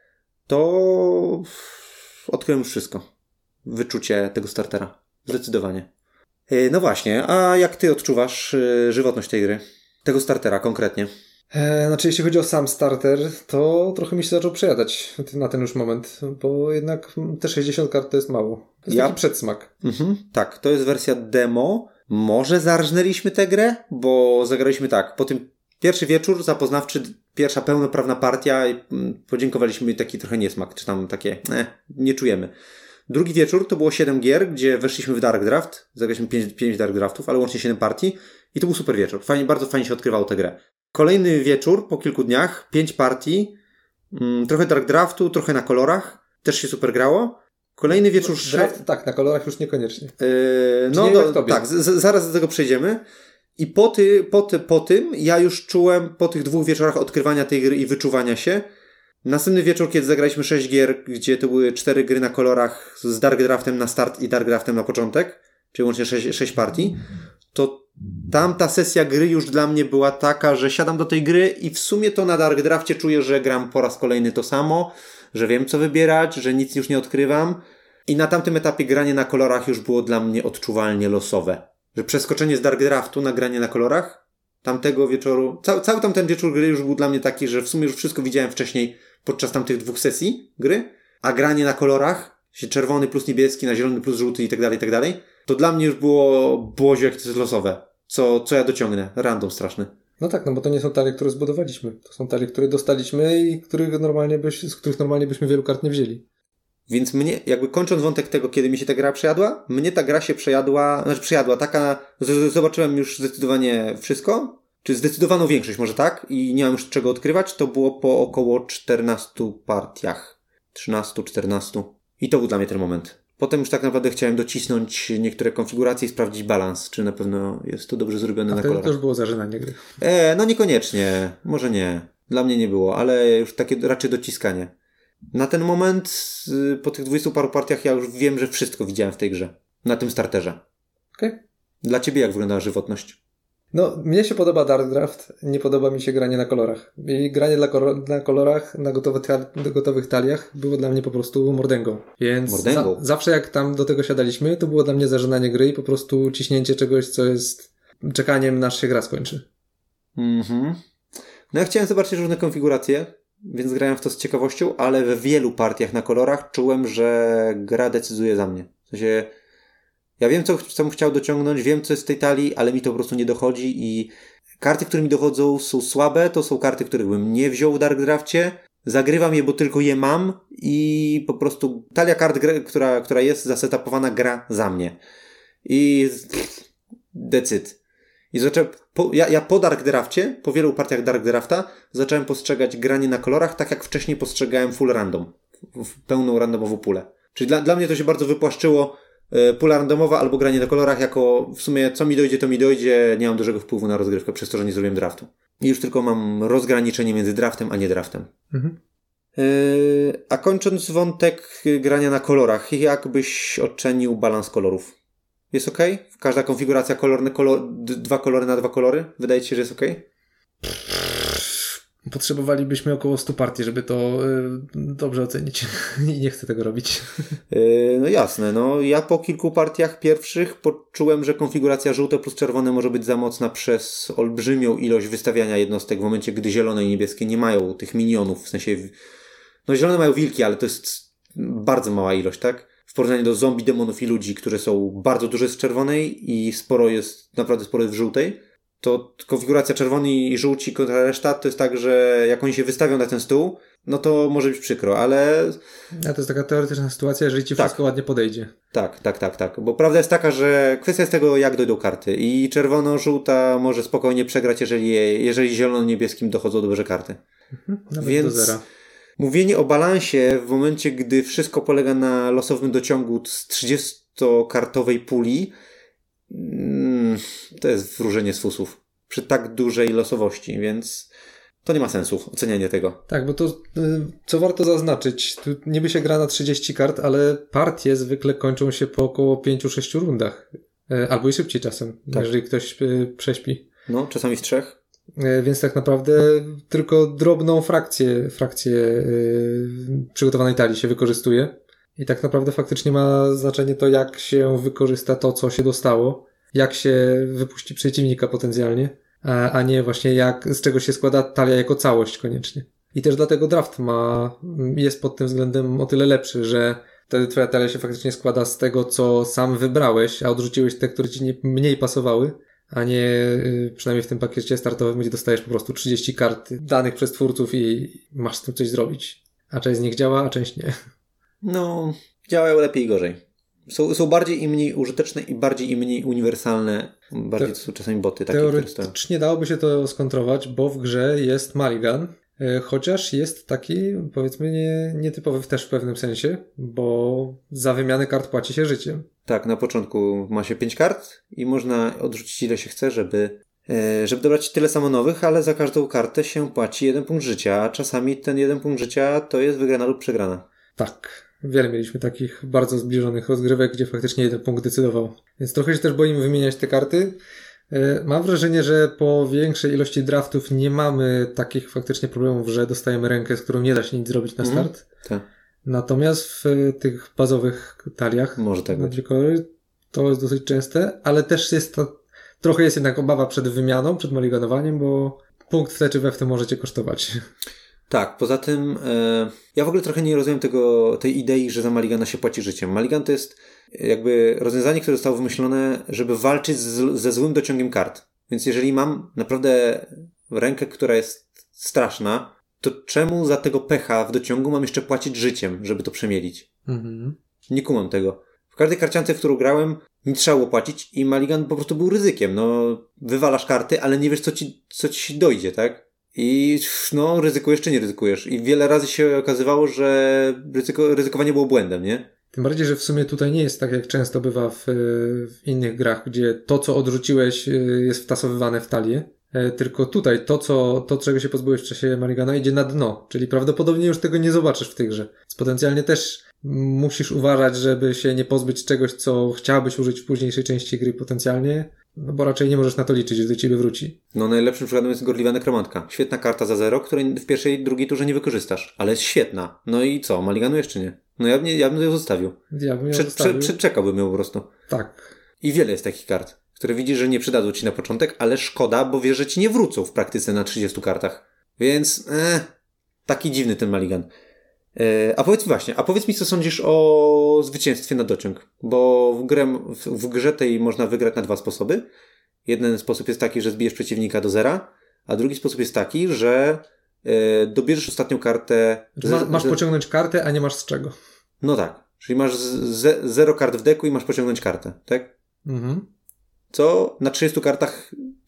to odkryłem już wszystko. Wyczucie tego startera. Zdecydowanie. No właśnie, a jak ty odczuwasz żywotność tej gry? Tego startera konkretnie? Znaczy, jeśli chodzi o sam starter, to trochę mi się zaczął przejadać na ten już moment, bo jednak te 60 kart to jest mało. To jest taki przedsmak. Tak, to jest wersja demo. Może zarżnęliśmy tę grę, bo zagraliśmy tak. Po tym pierwszy wieczór zapoznawczy, pierwsza pełnoprawna partia, podziękowaliśmy taki trochę niesmak, czy tam takie, nie czujemy. Drugi wieczór to było 7 gier, gdzie weszliśmy w Dark Draft, zagraliśmy 5 Dark Draftów, ale łącznie 7 partii i to był super wieczór. Bardzo fajnie się odkrywało tę grę. Kolejny wieczór, po kilku dniach, 5 partii, trochę Dark Draftu, trochę na kolorach, też się super grało. Kolejny wieczór... Draft, tak, na kolorach już niekoniecznie. Tak, zaraz do tego przejdziemy. I po tym ja już czułem po tych 2 wieczorach odkrywania tej gry i wyczuwania się. Następny wieczór, kiedy zagraliśmy 6 gier, gdzie to były 4 gry na kolorach z Dark Draftem na start i Dark Draftem na początek, czyli łącznie 6 partii, to tamta sesja gry już dla mnie była taka, że siadam do tej gry i w sumie to na Dark Drafcie czuję, że gram po raz kolejny to samo, że wiem co wybierać, że nic już nie odkrywam i na tamtym etapie granie na kolorach już było dla mnie odczuwalnie losowe. Że przeskoczenie z Dark Draftu na granie na kolorach tamtego wieczoru, cały tamten wieczór gry już był dla mnie taki, że w sumie już wszystko widziałem wcześniej podczas tamtych 2 sesji gry, a granie na kolorach, czerwony plus niebieski, na zielony plus żółty i tak dalej, to dla mnie już było Boziu, jak to jest losowe. Co ja dociągnę? Random straszny. No tak, no bo to nie są talie, które zbudowaliśmy. To są talie, które dostaliśmy i z których normalnie byśmy wielu kart nie wzięli. Więc mnie, jakby kończąc wątek tego, kiedy mi się ta gra przejadła, mnie ta gra się przejadła, zobaczyłem już zdecydowanie wszystko, czy zdecydowaną większość może tak, i nie mam już czego odkrywać, to było po około 14 partiach. 13-14. I to był dla mnie ten moment. Potem już tak naprawdę chciałem docisnąć niektóre konfiguracje i sprawdzić balans, czy na pewno jest to dobrze zrobione na kolorach. To już było zażynanie gry. No niekoniecznie. Może nie. Dla mnie nie było, ale już takie raczej dociskanie. Na ten moment, po tych 20 paru partiach, ja już wiem, że wszystko widziałem w tej grze. Na tym starterze. Okej. Dla ciebie jak wyglądała żywotność? No, mnie się podoba Dark Draft, nie podoba mi się granie na kolorach. I granie na kolorach, na gotowych taliach było dla mnie po prostu mordęgą. Więc zawsze jak tam do tego siadaliśmy, to było dla mnie zażynanie gry i po prostu ciśnięcie czegoś, co jest czekaniem, aż się gra skończy. No ja chciałem zobaczyć różne konfiguracje, więc grałem w to z ciekawością, ale we wielu partiach na kolorach czułem, że gra decyduje za mnie. W sensie, ja wiem, co bym chciał dociągnąć, wiem, co jest w tej talii, ale mi to po prostu nie dochodzi i karty, które mi dochodzą, są słabe, to są karty, których bym nie wziął w Dark Drafcie, zagrywam je, bo tylko je mam i po prostu talia kart, która jest zasetapowana, gra za mnie. I decyd. I ja po Dark Drafcie, po wielu partiach Dark Drafta, zacząłem postrzegać granie na kolorach tak, jak wcześniej postrzegałem full random. Pełną randomową pulę. Czyli dla mnie to się bardzo wypłaszczyło. Pula randomowa albo granie na kolorach jako w sumie co mi dojdzie, to mi dojdzie. Nie mam dużego wpływu na rozgrywkę przez to, że nie zrobiłem draftu. I już tylko mam rozgraniczenie między draftem a nie draftem. A kończąc wątek grania na kolorach, jak byś ocenił balans kolorów? Jest ok? Każda konfiguracja dwa kolory na dwa kolory? Wydaje ci się, że jest ok? Potrzebowalibyśmy około 100 partii, żeby to dobrze ocenić. I nie chcę tego robić. No jasne. No ja po kilku partiach pierwszych poczułem, że konfiguracja żółte plus czerwone może być za mocna przez olbrzymią ilość wystawiania jednostek w momencie, gdy zielone i niebieskie nie mają tych minionów. W sensie, no zielone mają wilki, ale to jest bardzo mała ilość, tak? W porównaniu do zombie, demonów i ludzi, które są bardzo duże z czerwonej i naprawdę sporo jest w żółtej, to konfiguracja czerwony i żółci kontra reszta to jest tak, że jak oni się wystawią na ten stół, no to może być przykro, ale... A to jest taka teoretyczna sytuacja, jeżeli ci wszystko ładnie podejdzie. Tak. Bo prawda jest taka, że kwestia jest tego, jak dojdą karty. I czerwono-żółta może spokojnie przegrać, jeżeli zielono-niebieskim dochodzą dobrze karty. Nawet więc do zera. Mówienie o balansie w momencie, gdy wszystko polega na losowym dociągu z 30-kartowej puli, to jest wróżenie z fusów przy tak dużej losowości, więc to nie ma sensu, ocenianie tego. Tak, bo to, co warto zaznaczyć, tu niby się gra na 30 kart, ale partie zwykle kończą się po około 5-6 rundach. Albo i szybciej czasem, jeżeli ktoś prześpi. No, czasami w 3. Więc tak naprawdę tylko drobną frakcję przygotowanej talii się wykorzystuje. I tak naprawdę faktycznie ma znaczenie to, jak się wykorzysta to, co się dostało. Jak się wypuści przeciwnika potencjalnie, a nie właśnie z czego się składa talia jako całość koniecznie. I też dlatego draft jest pod tym względem o tyle lepszy, że wtedy twoja talia się faktycznie składa z tego, co sam wybrałeś, a odrzuciłeś te, które ci mniej pasowały, a nie przynajmniej w tym pakiecie startowym, gdzie dostajesz po prostu 30 kart danych przez twórców i masz z tym coś zrobić. A część z nich działa, a część nie. No, działają lepiej i gorzej. Są bardziej i mniej użyteczne i bardziej i mniej uniwersalne. Bardziej to są czasami boty takie, które stoją. Teoretycznie dałoby się to skontrować, bo w grze jest Mulligan, chociaż jest taki, powiedzmy, nietypowy też w pewnym sensie, bo za wymianę kart płaci się życiem. Tak, na początku ma się 5 kart i można odrzucić ile się chce, żeby dobrać tyle samo nowych, ale za każdą kartę się płaci 1 punkt życia, a czasami ten 1 punkt życia to jest wygrana lub przegrana. Tak. Wiele mieliśmy takich bardzo zbliżonych rozgrywek, gdzie faktycznie 1 punkt decydował. Więc trochę się też boimy wymieniać te karty. Mam wrażenie, że po większej ilości draftów nie mamy takich faktycznie problemów, że dostajemy rękę, z którą nie da się nic zrobić na start. Tak. Natomiast w tych bazowych taliach może tak na 2 kolory to jest dosyć częste, ale też trochę jest jednak obawa przed wymianą, przed mulliganowaniem, bo punkt w te czy we w te możecie kosztować. Tak, poza tym ja w ogóle trochę nie rozumiem tej idei, że za Mulligana się płaci życiem. Mulligan to jest jakby rozwiązanie, które zostało wymyślone, żeby walczyć ze złym dociągiem kart. Więc jeżeli mam naprawdę rękę, która jest straszna, to czemu za tego pecha w dociągu mam jeszcze płacić życiem, żeby to przemielić? Nie kumam tego. W każdej karciance, w którą grałem, nie trzeba było płacić i Mulligan po prostu był ryzykiem. No, wywalasz karty, ale nie wiesz, co ci dojdzie, tak? I no, ryzykujesz czy nie ryzykujesz. I wiele razy się okazywało, że ryzykowanie było błędem, nie? Tym bardziej, że w sumie tutaj nie jest tak, jak często bywa w innych grach, gdzie to, co odrzuciłeś, jest wtasowywane w talię. tylko tutaj to czego się pozbyłeś w czasie Maligana idzie na dno, czyli prawdopodobnie już tego nie zobaczysz w tej grze. Więc potencjalnie też musisz uważać, żeby się nie pozbyć czegoś, co chciałbyś użyć w późniejszej części gry potencjalnie, no bo raczej nie możesz na to liczyć, że do ciebie wróci. No najlepszym przykładem jest Gorliwa Nekromantka. Świetna karta za 0, której w pierwszej, drugiej turze nie wykorzystasz, ale jest świetna. No i co, Maliganu jeszcze nie? No ja bym ją zostawił. Ja bym ją zostawił. Czekałbym ją po prostu. Tak. I wiele jest takich kart, które widzisz, że nie przydadzą ci na początek, ale szkoda, bo wiesz, że ci nie wrócą w praktyce na 30 kartach. Więc taki dziwny ten Maligan. A powiedz mi, co sądzisz o zwycięstwie na dociąg, bo w grze tej można wygrać na 2 sposoby. Jeden sposób jest taki, że zbijesz przeciwnika do 0, a drugi sposób jest taki, że dobierzesz ostatnią kartę. Masz pociągnąć kartę, a nie masz z czego. No tak, czyli masz 0 kart w deku i masz pociągnąć kartę, tak? Mhm. Co na 30 kartach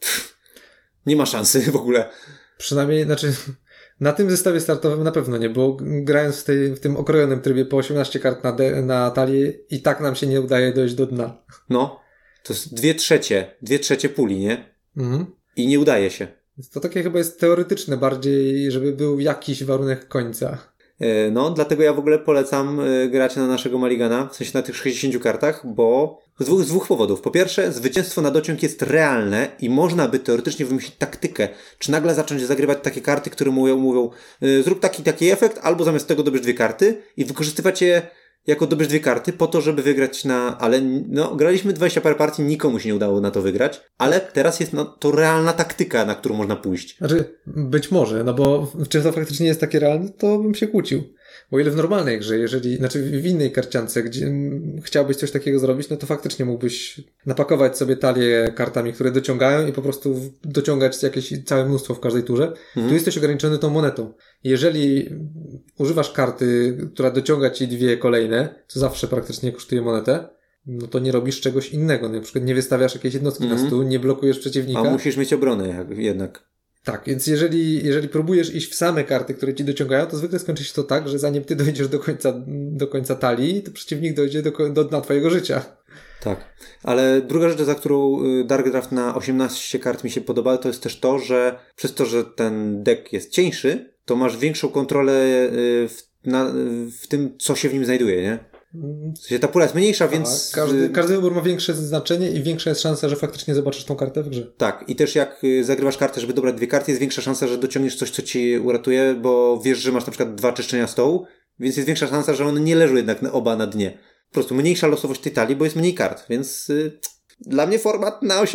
nie ma szansy w ogóle. Przynajmniej, na tym zestawie startowym na pewno nie, bo grając w tym okrojonym trybie po 18 kart na talię i tak nam się nie udaje dojść do dna. No, to jest 2/3 puli, nie? Mhm. I nie udaje się. To takie chyba jest teoretyczne bardziej, żeby był jakiś warunek końca. No, dlatego ja w ogóle polecam grać na naszego Maligana, w sensie na tych 60 kartach, bo z dwóch powodów. Po pierwsze, zwycięstwo na dociąg jest realne i można by teoretycznie wymyślić taktykę, czy nagle zacząć zagrywać takie karty, które mówią zrób taki efekt, albo zamiast tego dobierz 2 karty i wykorzystywać je jako dobierz 2 karty po to, żeby wygrać ale no, graliśmy 20 parę partii, nikomu się nie udało na to wygrać, ale teraz jest to realna taktyka, na którą można pójść. Być może, no bo czy to faktycznie jest takie realne, to bym się kłócił. O ile w normalnej grze, w innej karciance, gdzie chciałbyś coś takiego zrobić, no to faktycznie mógłbyś napakować sobie talię kartami, które dociągają i po prostu dociągać jakieś całe mnóstwo w każdej turze. Tu jesteś ograniczony tą monetą. Jeżeli używasz karty, która dociąga ci 2 kolejne, co zawsze praktycznie kosztuje monetę, no to nie robisz czegoś innego. Na przykład nie wystawiasz jakiejś jednostki na stół, nie blokujesz przeciwnika. A musisz mieć obronę jednak. Tak, więc jeżeli próbujesz iść w same karty, które ci dociągają, to zwykle skończy się to tak, że zanim ty dojdziesz do końca talii, to przeciwnik dojdzie do dna twojego życia. Tak, ale druga rzecz, za którą Dark Draft na 18 kart mi się podoba, to jest też to, że przez to, że ten deck jest cieńszy, to masz większą kontrolę w tym, co się w nim znajduje, nie? W sensie ta pula jest mniejsza, więc... Każdy wybór ma większe znaczenie i większa jest szansa, że faktycznie zobaczysz tą kartę w grze. Tak, i też jak zagrywasz kartę, żeby dobrać 2 karty, jest większa szansa, że dociągniesz coś, co ci uratuje, bo wiesz, że masz na przykład 2 czyszczenia stołu, więc jest większa szansa, że one nie leżą jednak oba na dnie. Po prostu mniejsza losowość tej talii, bo jest mniej kart, więc dla mnie format na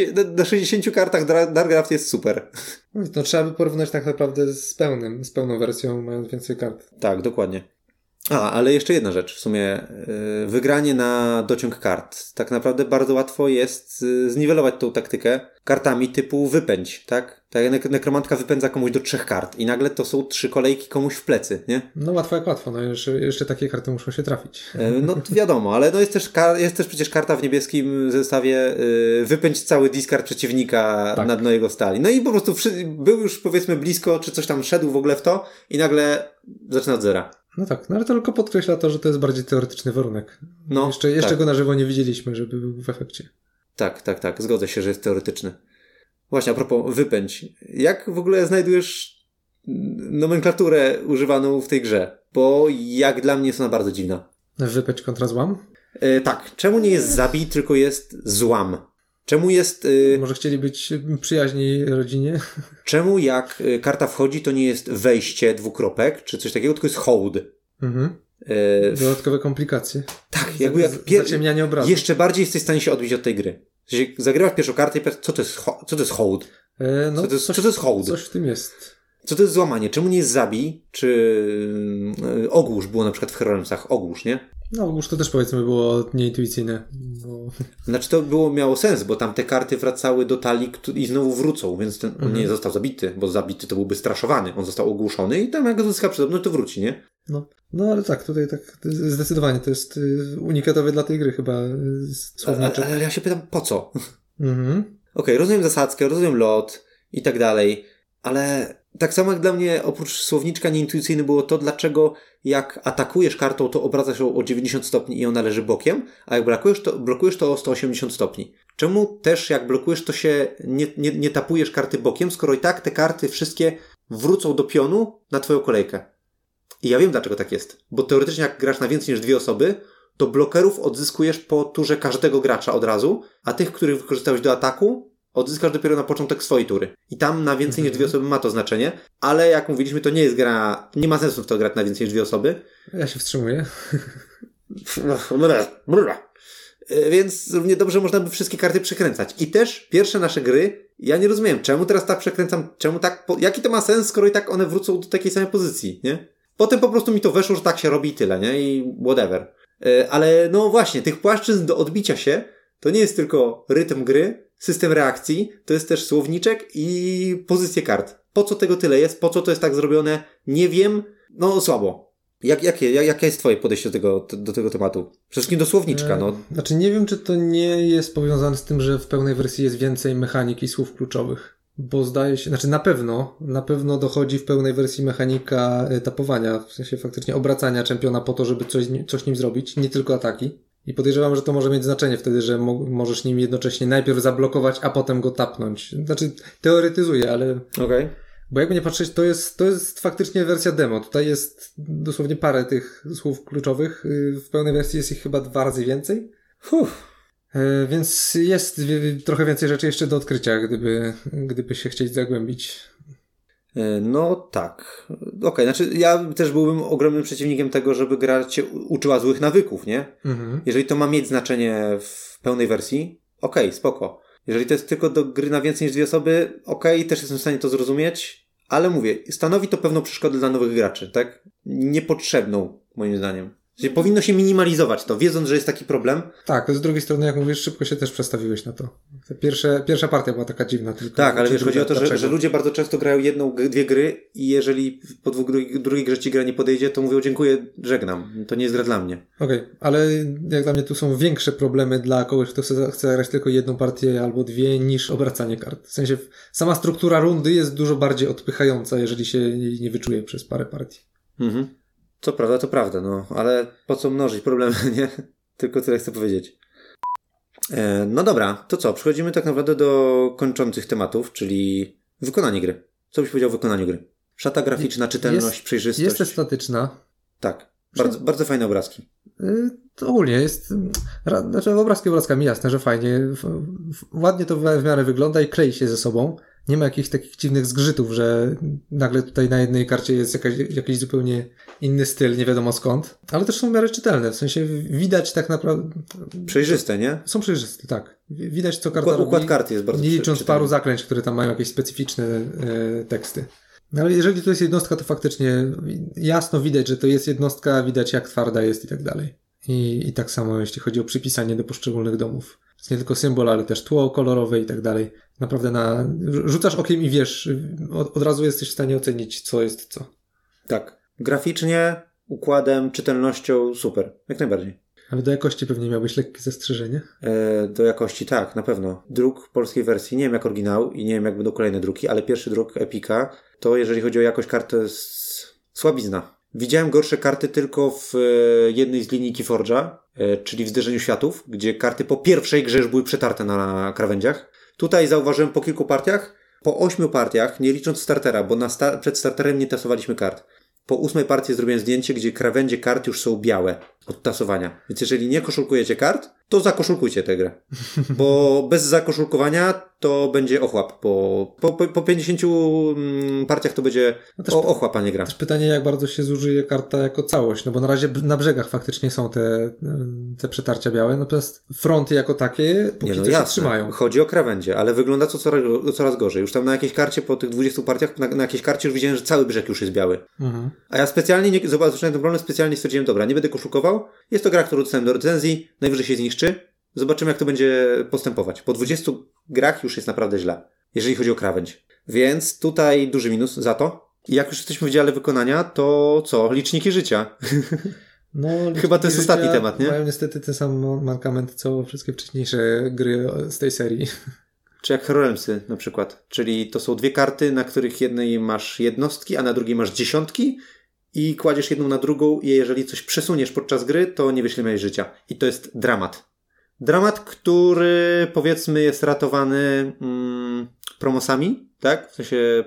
60 kartach Dark Draft jest super. No trzeba by porównać tak naprawdę z pełną wersją, mając więcej kart. Tak, dokładnie. Ale jeszcze jedna rzecz, w sumie wygranie na dociąg kart. Tak naprawdę bardzo łatwo jest zniwelować tą taktykę kartami typu wypędź, tak? Tak, nekromantka wypędza komuś do 3 kart i nagle to są 3 kolejki komuś w plecy, nie? No łatwo jak łatwo, no jeszcze takie karty muszą się trafić. No to wiadomo, ale no jest też przecież karta w niebieskim zestawie wypędź cały discard przeciwnika na dno jego stali. No i po prostu był już powiedzmy blisko, czy coś tam szedł w ogóle w to i nagle zaczyna od zera. No tak, no ale to tylko podkreśla to, że to jest bardziej teoretyczny warunek. No, jeszcze go na żywo nie widzieliśmy, żeby był w efekcie. Tak, zgodzę się, że jest teoretyczny. Właśnie, a propos wypędź. Jak w ogóle znajdujesz nomenklaturę używaną w tej grze? Bo jak dla mnie jest ona bardzo dziwna. Wypędź kontra złam? Tak. Czemu nie jest zabij, tylko jest złam? Czemu jest... Może chcieli być przyjaźni rodzinie? Czemu jak karta wchodzi, to nie jest wejście, dwukropek, czy coś takiego, tylko jest hold? Mhm. Dodatkowe komplikacje. Tak, zaciemnianie obrazu. Jeszcze bardziej jesteś w stanie się odbić od tej gry. W sensie zagrywasz pierwszą kartę i powiesz, co to jest hold? Co to jest hold? Coś w tym jest. Co to jest złamanie? Czemu nie jest zabij? Czy ogłusz było na przykład w Heroesach? Ogłusz, nie? No ogłusz to też powiedzmy było nieintuicyjne. Bo... Znaczy to miało sens, bo tam te karty wracały do talii i znowu wrócą, więc on nie został zabity, bo zabity to byłby straszowany. On został ogłuszony i tam jak go zyska przytomność, to wróci, nie? No ale tak, tutaj tak zdecydowanie to jest unikatowe dla tej gry chyba słowniczek. Ale ja się pytam, po co? Okej, rozumiem zasadzkę, rozumiem lot i tak dalej, Ale tak samo jak dla mnie oprócz słowniczka nieintuicyjne było to, dlaczego jak atakujesz kartą, to obraca się o 90 stopni i ona leży bokiem, a jak blokujesz to o 180 stopni. Czemu też jak blokujesz, to się nie tapujesz karty bokiem, skoro i tak te karty wszystkie wrócą do pionu na twoją kolejkę. I ja wiem, dlaczego tak jest. Bo teoretycznie jak grasz na więcej niż 2 osoby, to blokerów odzyskujesz po turze każdego gracza od razu, a tych, których wykorzystałeś do ataku, odzyskasz dopiero na początek swojej tury. I tam na więcej niż 2 osoby ma to znaczenie, ale jak mówiliśmy, to nie jest gra, nie ma sensu w to grać na więcej niż 2 osoby. Ja się wstrzymuję. Więc równie dobrze można by wszystkie karty przekręcać. I też pierwsze nasze gry, ja nie rozumiem, czemu teraz tak przekręcam, czemu tak, jaki to ma sens, skoro i tak one wrócą do takiej samej pozycji, nie? Potem po prostu mi to weszło, że tak się robi i tyle, nie? I whatever. Ale no właśnie, tych płaszczyzn do odbicia się to nie jest tylko rytm gry, system reakcji, to jest też słowniczek i pozycje kart. Po co tego tyle jest? Po co to jest tak zrobione? Nie wiem. No słabo. Jakie jest twoje podejście do tego tematu? Przede wszystkim do słowniczka, no. Znaczy nie wiem, czy to nie jest powiązane z tym, że w pełnej wersji jest więcej mechanik i słów kluczowych. Bo zdaje się, znaczy na pewno dochodzi w pełnej wersji mechanika tapowania, w sensie faktycznie obracania czempiona po to, żeby coś nim zrobić, nie tylko ataki. I podejrzewam, że to może mieć znaczenie wtedy, że możesz nim jednocześnie najpierw zablokować, a potem go tapnąć. Znaczy, teoretyzuję, ale... Okej. Bo jakby nie patrzeć, to jest faktycznie wersja demo. Tutaj jest dosłownie parę tych słów kluczowych. W pełnej wersji jest ich chyba 2 razy więcej. Więc jest trochę więcej rzeczy jeszcze do odkrycia, gdyby się chcieć zagłębić. No tak. Okej, znaczy ja też byłbym ogromnym przeciwnikiem tego, żeby gra cię uczyła złych nawyków, nie? Mhm. Jeżeli to ma mieć znaczenie w pełnej wersji, spoko. Jeżeli to jest tylko do gry na więcej niż 2 osoby, też jestem w stanie to zrozumieć, ale mówię, stanowi to pewną przeszkodę dla nowych graczy, tak? Niepotrzebną, moim zdaniem. Czyli powinno się minimalizować to, wiedząc, że jest taki problem. Tak, z drugiej strony, jak mówisz, szybko się też przestawiłeś na to. Pierwsza partia była taka dziwna. Tylko tak, ale wiesz, chodzi o to, że ludzie bardzo często grają 1-2 gry i jeżeli po drugiej grze ci gra nie podejdzie, to mówią dziękuję, żegnam. To nie jest gra dla mnie. Okej, ale jak dla mnie tu są większe problemy dla kogoś, kto chce grać tylko 1 partię albo 2 niż obracanie kart. W sensie sama struktura rundy jest dużo bardziej odpychająca, jeżeli się jej nie wyczuje przez parę partii. Mhm. To prawda, no, ale po co mnożyć problemy, nie? Tylko tyle chcę powiedzieć. No dobra, to co? Przechodzimy tak naprawdę do kończących tematów, czyli wykonanie gry. Co byś powiedział o wykonaniu gry? Szata graficzna, czytelność, przejrzystość. Jest estetyczna. Tak, bardzo, bardzo fajne obrazki. To ogólnie jest, znaczy obrazkami jasne, że fajnie, ładnie to w miarę wygląda i klei się ze sobą. Nie ma jakichś takich dziwnych zgrzytów, że nagle tutaj na jednej karcie jest jakiś zupełnie inny styl, nie wiadomo skąd. Ale też są w miarę czytelne, w sensie widać tak naprawdę... Przejrzyste, nie? Są przejrzyste, tak. Widać co karta robi. Układ kart jest bardzo nie licząc paru zaklęć, które tam mają jakieś specyficzne teksty. No ale jeżeli to jest jednostka, to faktycznie jasno widać, że to jest jednostka, widać jak twarda jest i tak dalej. I tak samo jeśli chodzi o przypisanie do poszczególnych domów. To jest nie tylko symbol, ale też tło kolorowe i tak dalej. Naprawdę rzucasz okiem i wiesz, od razu jesteś w stanie ocenić, co jest co. Tak. Graficznie, układem, czytelnością, super. Jak najbardziej. Ale do jakości pewnie miałbyś lekkie zastrzeżenie? Do jakości, tak, na pewno. Druk polskiej wersji, nie wiem jak oryginał i nie wiem jak będą kolejne druki, ale pierwszy druk Epika, to jeżeli chodzi o jakość kart, to jest słabizna. Widziałem gorsze karty tylko w jednej z linii Keyforge'a, czyli w Zderzeniu Światów, gdzie karty po pierwszej grze już były przetarte na krawędziach. Tutaj zauważyłem po kilku partiach, po 8 partiach, nie licząc startera, bo przed starterem nie tasowaliśmy kart. Po 8 partii zrobiłem zdjęcie, gdzie krawędzie kart już są białe od tasowania. Więc jeżeli nie koszulkujecie kart, to zakoszulkujcie tę grę. Bo bez zakoszulkowania to będzie ochłap. Po 50 partiach to będzie ochłap, a nie gra. Też pytanie, jak bardzo się zużyje karta jako całość. No bo na razie na brzegach faktycznie są te przetarcia białe. Natomiast fronty jako takie póki co się trzymają. Chodzi o krawędzie, ale wygląda to coraz gorzej. Już tam na jakiejś karcie, po tych 20 partiach, na jakiejś karcie już widziałem, że cały brzeg już jest biały. Mhm. A ja specjalnie, zobaczyłem ten problem, specjalnie stwierdziłem, dobra, nie będę koszulkował. Jest to gra, którą dostałem do recenzji, najwyżej się zniszczy. Zobaczymy, jak to będzie postępować. Po 20 grach już jest naprawdę źle, jeżeli chodzi o krawędź. Więc tutaj duży minus za to. I jak już jesteśmy w dziale wykonania, to co? Liczniki życia. No, chyba to jest ostatni temat, nie? Mają niestety ten sam mankament, co wszystkie wcześniejsze gry z tej serii. Czy jak Heroemsy na przykład. Czyli to są 2 karty, na których jednej masz jednostki, a na drugiej masz dziesiątki i kładziesz jedną na drugą i jeżeli coś przesuniesz podczas gry, to nie wiesz, ile miałeś życia. I to jest dramat. Dramat, który powiedzmy jest ratowany promosami, tak? W sensie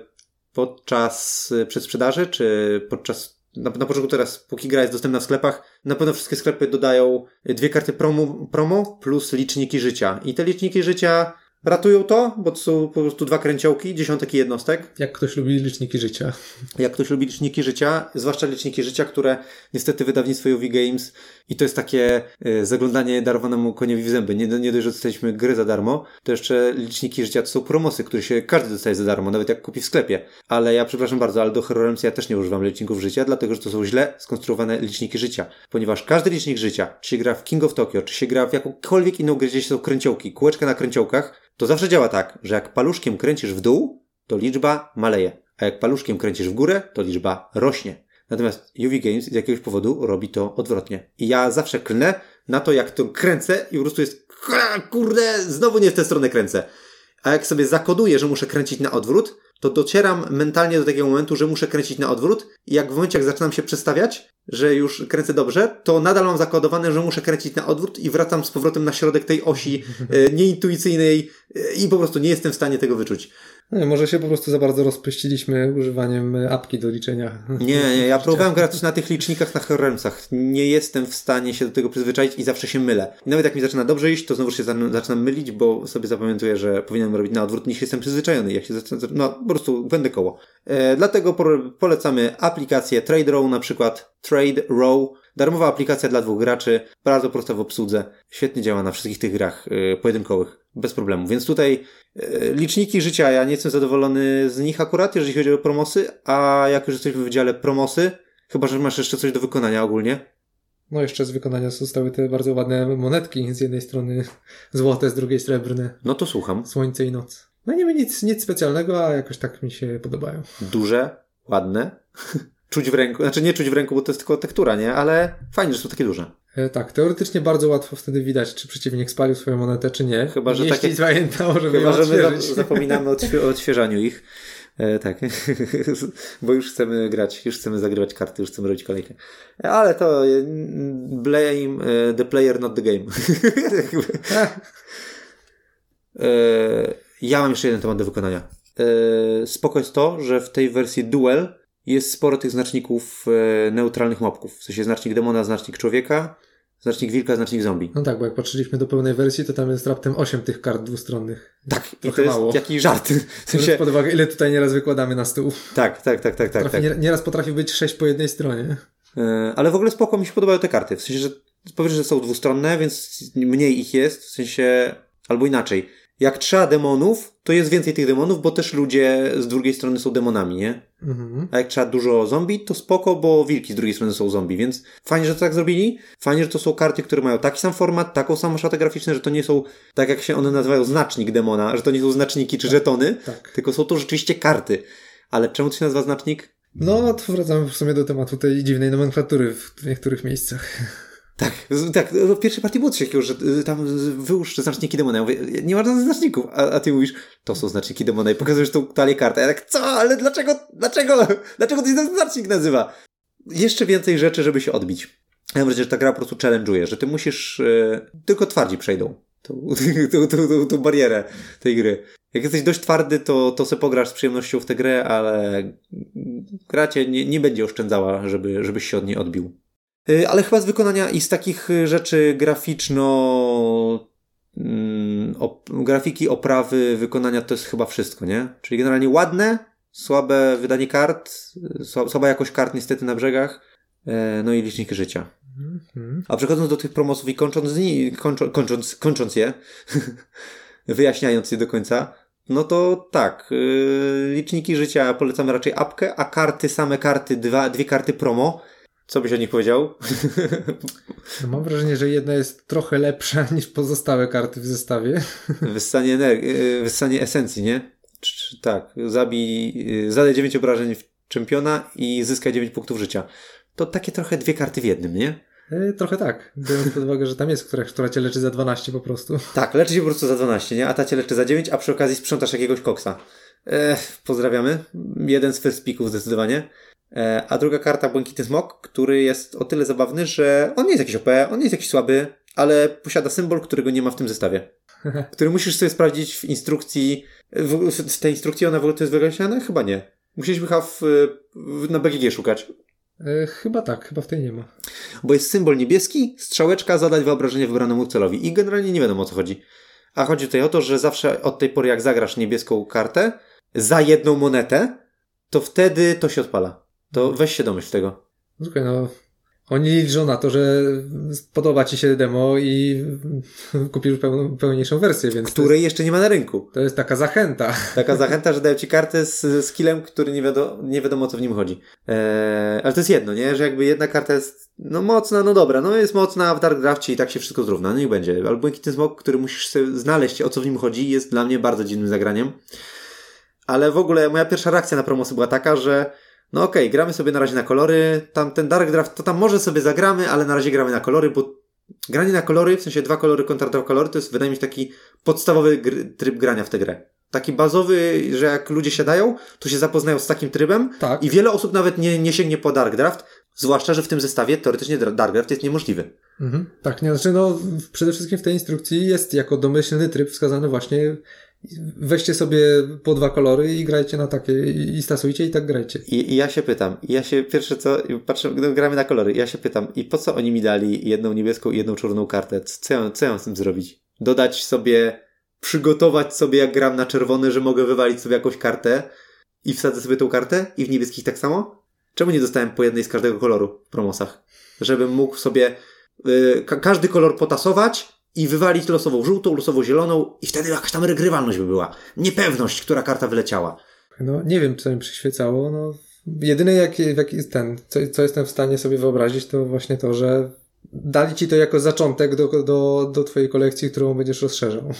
podczas przedsprzedaży, czy podczas na początku teraz, póki gra jest dostępna w sklepach, na pewno wszystkie sklepy dodają 2 karty promo plus liczniki życia. I te liczniki życia ratują to, bo to są po prostu 2 kręciołki, dziesiątek i jednostek. Jak ktoś lubi liczniki życia. Jak ktoś lubi liczniki życia, zwłaszcza liczniki życia, które niestety wydawnictwo UV Games i to jest takie zaglądanie darowanemu koniowi w zęby. Nie dość, że dostaliśmy gry za darmo, to jeszcze liczniki życia to są promosy, które się każdy dostaje za darmo, nawet jak kupi w sklepie. Ale ja przepraszam bardzo, ale do HeroRealms ja też nie używam liczników życia, dlatego że to są źle skonstruowane liczniki życia. Ponieważ każdy licznik życia, czy się gra w King of Tokyo, czy się gra w jakąkolwiek inną grę, gdzie są kręciołki, kółeczka na kręciołkach, to zawsze działa tak, że jak paluszkiem kręcisz w dół, to liczba maleje. A jak paluszkiem kręcisz w górę, to liczba rośnie. Natomiast UV Games z jakiegoś powodu robi to odwrotnie. I ja zawsze klnę na to, jak to kręcę i po prostu jest kurde, znowu nie w tę stronę kręcę. A jak sobie zakoduję, że muszę kręcić na odwrót, to docieram mentalnie do takiego momentu, że muszę kręcić na odwrót i jak w momencie, jak zaczynam się przestawiać, że już kręcę dobrze, to nadal mam zakodowane, że muszę kręcić na odwrót i wracam z powrotem na środek tej osi nieintuicyjnej i po prostu nie jestem w stanie tego wyczuć. No, może się po prostu za bardzo rozpyściliśmy używaniem apki do liczenia. Nie, ja próbowałem grać na tych licznikach na HeroRealmsach. Nie jestem w stanie się do tego przyzwyczaić i zawsze się mylę. I nawet jak mi zaczyna dobrze iść, to znowu się zaczynam mylić, bo sobie zapamiętuję, że powinienem robić na odwrót, niż jestem przyzwyczajony. Jak się po prostu będę koło. Dlatego polecamy aplikację Trade Row, na przykład Trade Row. Darmowa aplikacja dla 2 graczy, bardzo prosta w obsłudze, świetnie działa na wszystkich tych grach pojedynkowych, bez problemu. Więc tutaj liczniki życia, ja nie jestem zadowolony z nich akurat, jeżeli chodzi o promosy, a jak już jesteśmy w wydziale promosy, chyba że masz jeszcze coś do wykonania ogólnie. No jeszcze z wykonania zostały te bardzo ładne monetki, z jednej strony złote, z drugiej srebrne. No to słucham. Słońce i noc. No nie ma nic specjalnego, a jakoś tak mi się podobają. Duże, ładne. Czuć w ręku, znaczy nie czuć w ręku, bo to jest tylko tektura, nie? Ale fajnie, że są takie duże. Tak, teoretycznie bardzo łatwo wtedy widać, czy przeciwnik spalił swoją monetę, czy nie. Chyba, że jeśli pamiętał, żeby chyba, że my zapominamy o odświeżaniu ich. Tak, bo już chcemy grać, już chcemy zagrywać karty, już chcemy robić kolejkę. Ale to blame the player, not the game. Ja mam jeszcze jeden temat do wykonania. Spoko jest to, że w tej wersji Duel jest sporo tych znaczników neutralnych mobków. W sensie znacznik demona, znacznik człowieka, znacznik wilka, znacznik zombie. No tak, bo jak patrzyliśmy do pełnej wersji, to tam jest raptem 8 tych kart dwustronnych. Tak, i to jest mało. Jakiś żart. W sensie... pod uwagę, ile tutaj nieraz wykładamy na stół. Tak. Nieraz potrafi być 6 po jednej stronie. Ale w ogóle spoko mi się podobają te karty. W sensie, że powiesz, że są dwustronne, więc mniej ich jest. W sensie, albo inaczej. Jak trzeba demonów, to jest więcej tych demonów, bo też ludzie z drugiej strony są demonami, nie? Mhm. A jak trzeba dużo zombie, to spoko, bo wilki z drugiej strony są zombie, więc fajnie, że to tak zrobili. Fajnie, że to są karty, które mają taki sam format, taką samą szatę graficzną, że to nie są, tak jak się one nazywają, znacznik demona, że to nie są znaczniki czy żetony, tylko są to rzeczywiście karty. Ale czemu to się nazywa znacznik? No, to wracamy w sumie do tematu tej dziwnej nomenklatury w niektórych miejscach. Tak. W pierwszej partii było coś takiego, że tam wyłóż znaczniki demona. Ja mówię, nie ma żadnych znaczników. A ty mówisz, to są znaczniki demona i pokazujesz tą talię kartę. Ja tak, co? Ale dlaczego to się ten znacznik nazywa? Jeszcze więcej rzeczy, żeby się odbić. Ja mam wrażenie, że ta gra po prostu challenge'uje, że ty musisz, tylko twardzi przejdą tą barierę tej gry. Jak jesteś dość twardy, to se pograsz z przyjemnością w tę grę, ale gra cię nie będzie oszczędzała, żebyś się od niej odbił. Ale chyba z wykonania i z takich rzeczy grafiki, oprawy, wykonania to jest chyba wszystko, nie? Czyli generalnie ładne, słabe wydanie kart, słaba jakość kart niestety na brzegach, no i liczniki życia. A przechodząc do tych promosów i kończąc je, wyjaśniając je do końca, no to tak, liczniki życia polecamy raczej apkę, a karty, same karty, dwie karty promo. Co byś o nich powiedział? No mam wrażenie, że jedna jest trochę lepsza niż pozostałe karty w zestawie. Wyssanie esencji, nie? Tak. Zadaj 9 obrażeń w czempiona i zyskaj 9 punktów życia. To takie trochę 2 karty w jednym, nie? Trochę tak, biorąc pod uwagę, że tam jest która cię leczy za 12 po prostu. Tak, leczy się po prostu za 12, nie? A ta cię leczy za 9, a przy okazji sprzątasz jakiegoś koksa. Pozdrawiamy. Jeden z first picków zdecydowanie. A druga karta Błękitny Smok, który jest o tyle zabawny, że on nie jest jakiś OP, on nie jest jakiś słaby, ale posiada symbol, którego nie ma w tym zestawie. Który musisz sobie sprawdzić w instrukcji. W tej instrukcji ona w ogóle to jest wyjaśniane? Chyba nie. Musieliśmy na BGG szukać. Chyba tak, chyba w tej nie ma. Bo jest symbol niebieski, strzałeczka, zadać wyobrażenie wybranemu celowi. I generalnie nie wiadomo o co chodzi. A chodzi tutaj o to, że zawsze od tej pory jak zagrasz niebieską kartę za 1 monetę, to wtedy to się odpala. To weź się domyśl tego. Okej, no. Oni liczą na to, że podoba ci się demo i kupisz pełniejszą wersję, więc... Której jeszcze nie ma na rynku. To jest taka zachęta. Taka zachęta, że dają ci kartę z skillem, który nie wiadomo o co w nim chodzi. Ale to jest jedno, nie? Że jakby jedna karta jest mocna, no dobra, no jest mocna w Dark Drafcie i tak się wszystko zrówna, no niech będzie. Ale Błękitny Smok, który musisz sobie znaleźć, o co w nim chodzi, jest dla mnie bardzo dziwnym zagraniem. Ale w ogóle moja pierwsza reakcja na promosy była taka, że no okej, gramy sobie na razie na kolory, tam ten Dark Draft, to tam może sobie zagramy, ale na razie gramy na kolory, bo granie na kolory, w sensie 2 kolory kontra 2 kolory, to jest wydaje mi się taki podstawowy tryb grania w tę grę. Taki bazowy, że jak ludzie siadają, to się zapoznają z takim trybem tak. I wiele osób nawet nie sięgnie po Dark Draft, zwłaszcza, że w tym zestawie teoretycznie Dark Draft jest niemożliwy. Tak, nie, znaczy no przede wszystkim w tej instrukcji jest jako domyślny tryb wskazany właśnie weźcie sobie po 2 kolory i grajcie na takie i stosujcie i tak grajcie. I ja się pytam, pierwsze co, patrzę, gdy gramy na kolory, ja się pytam, i po co oni mi dali jedną niebieską i jedną czarną kartę? Co ja mam z tym zrobić? Dodać sobie, przygotować sobie jak gram na czerwony, że mogę wywalić sobie jakąś kartę i wsadzę sobie tą kartę i w niebieskich tak samo? Czemu nie dostałem po jednej z każdego koloru w promosach? Żebym mógł sobie każdy kolor potasować i wywalić losową żółtą, losową zieloną i wtedy jakaś tam regrywalność by była. Niepewność, która karta wyleciała. No nie wiem, co mi przyświecało. No, jedyne co jestem w stanie sobie wyobrazić, to właśnie to, że dali ci to jako zaczątek do twojej kolekcji, którą będziesz rozszerzał.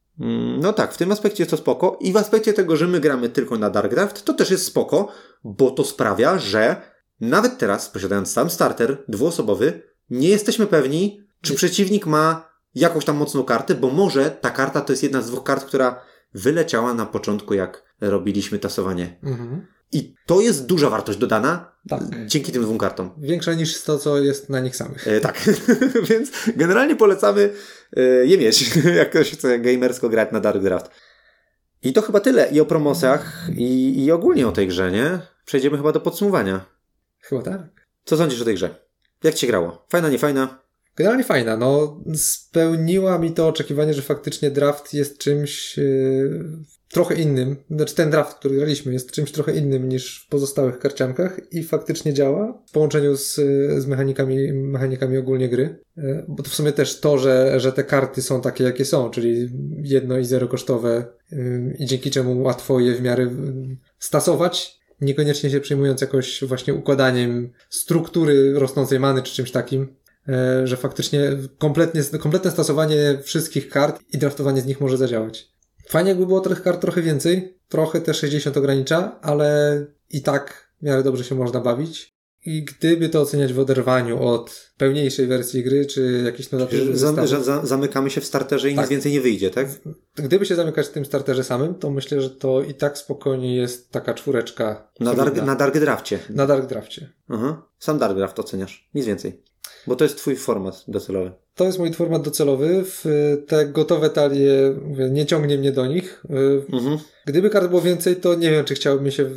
No tak, w tym aspekcie jest to spoko i w aspekcie tego, że my gramy tylko na Dark Draft, to też jest spoko, bo to sprawia, że nawet teraz, posiadając sam starter dwuosobowy, nie jesteśmy pewni, czy przeciwnik ma jakąś tam mocną kartę, bo może ta karta to jest jedna z 2 kart, która wyleciała na początku, jak robiliśmy tasowanie. I to jest duża wartość dodana dzięki tym 2 kartom. Większa niż to, co jest na nich samych. Tak, więc generalnie polecamy je mieć, jak ktoś chce gamersko grać na Dark Draft. I to chyba tyle i o promosach i ogólnie o tej grze, nie? Przejdziemy chyba do podsumowania. Chyba tak. Co sądzisz o tej grze? Jak ci się grało? Fajna, nie fajna? Generalnie fajna. No, spełniła mi to oczekiwanie, że faktycznie draft jest czymś trochę innym. Znaczy ten draft, który graliśmy, jest czymś trochę innym niż w pozostałych karciankach i faktycznie działa w połączeniu z mechanikami ogólnie gry. Bo to w sumie też to, że te karty są takie, jakie są, czyli 1 i 0 kosztowe i dzięki czemu łatwo je w miarę stasować, niekoniecznie się przejmując jakoś właśnie układaniem struktury rosnącej many czy czymś takim, że faktycznie kompletne stosowanie wszystkich kart i draftowanie z nich może zadziałać. Fajnie jakby było tych kart trochę więcej, trochę te 60 ogranicza, ale i tak w miarę dobrze się można bawić. I gdyby to oceniać w oderwaniu od pełniejszej wersji gry, czy jakichś dodatkowych zamykamy się w starterze i nic więcej nie wyjdzie, tak? Gdyby się zamykać w tym starterze samym, to myślę, że to i tak spokojnie jest taka 4. Na Dark Drafcie. Na Dark Drafcie. Sam Dark Draft oceniasz. Nic więcej. Bo to jest twój format docelowy. To jest mój format docelowy. Te gotowe talie, mówię, nie ciągnie mnie do nich. Gdyby kart było więcej, to nie wiem, czy chciałbym się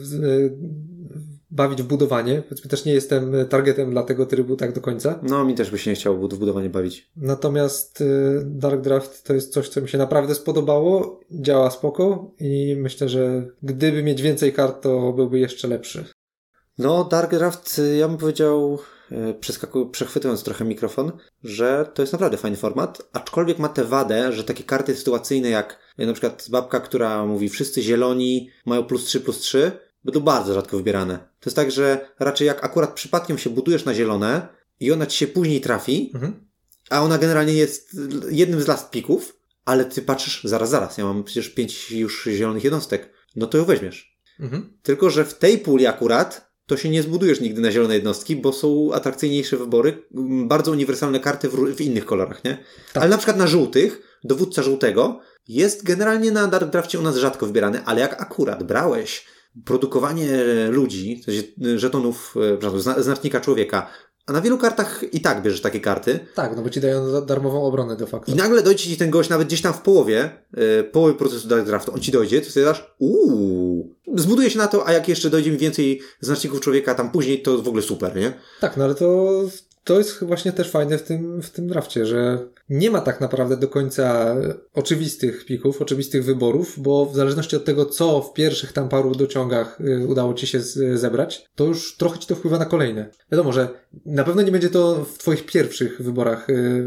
bawić w budowanie. Powiedzmy, też nie jestem targetem dla tego trybu tak do końca. No, mi też by się nie chciało w budowanie bawić. Natomiast Dark Draft to jest coś, co mi się naprawdę spodobało. Działa spoko i myślę, że gdyby mieć więcej kart, to byłby jeszcze lepszy. No, Dark Draft, ja bym powiedział, przechwytując trochę mikrofon, że to jest naprawdę fajny format, aczkolwiek ma tę wadę, że takie karty sytuacyjne jak na przykład babka, która mówi wszyscy zieloni mają +3/+3, będą bardzo rzadko wybierane. To jest tak, że raczej jak akurat przypadkiem się budujesz na zielone i ona ci się później trafi, a ona generalnie jest jednym z last picków, ale ty patrzysz, zaraz, ja mam przecież 5 już zielonych jednostek, no to ją weźmiesz. Tylko, że w tej puli akurat to się nie zbudujesz nigdy na zielone jednostki, bo są atrakcyjniejsze wybory, bardzo uniwersalne karty w innych kolorach, nie? Tak. Ale na przykład na żółtych, dowódca żółtego jest generalnie na Dark Drafcie u nas rzadko wybierany, ale jak akurat brałeś produkowanie ludzi, to żetonów, znacznika człowieka, a na wielu kartach i tak bierzesz takie karty. Tak, no bo ci dają darmową obronę de facto. I nagle dojdzie ci ten gość nawet gdzieś tam w połowie procesu Dark Draftu, on ci dojdzie, to sobie dasz, zbuduje się na to, a jak jeszcze dojdzie mi więcej znaczników człowieka tam później, to w ogóle super, nie? Tak, no ale to jest właśnie też fajne w tym drafcie, że nie ma tak naprawdę do końca oczywistych pików, oczywistych wyborów, bo w zależności od tego, co w pierwszych tam paru dociągach udało ci się zebrać, to już trochę ci to wpływa na kolejne. Wiadomo, że na pewno nie będzie to w twoich pierwszych wyborach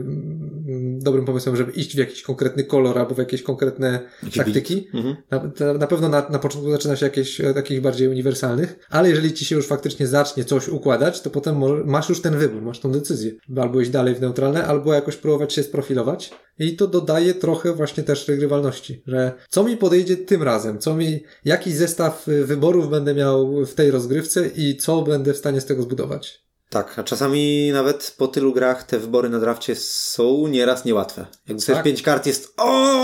dobrym pomysłem, żeby iść w jakiś konkretny kolor albo w jakieś konkretne taktyki. Na pewno na początku zaczyna się jakieś takich bardziej uniwersalnych, ale jeżeli ci się już faktycznie zacznie coś układać, to potem masz już ten wybór, masz tą decyzję. Albo iść dalej w neutralne, albo jakoś próbować się sprofilować. I to dodaje trochę właśnie też regrywalności, że co mi podejdzie tym razem, jaki zestaw wyborów będę miał w tej rozgrywce i co będę w stanie z tego zbudować. Tak, a czasami nawet po tylu grach te wybory na drafcie są nieraz niełatwe. Jak dostajesz 5 kart, jest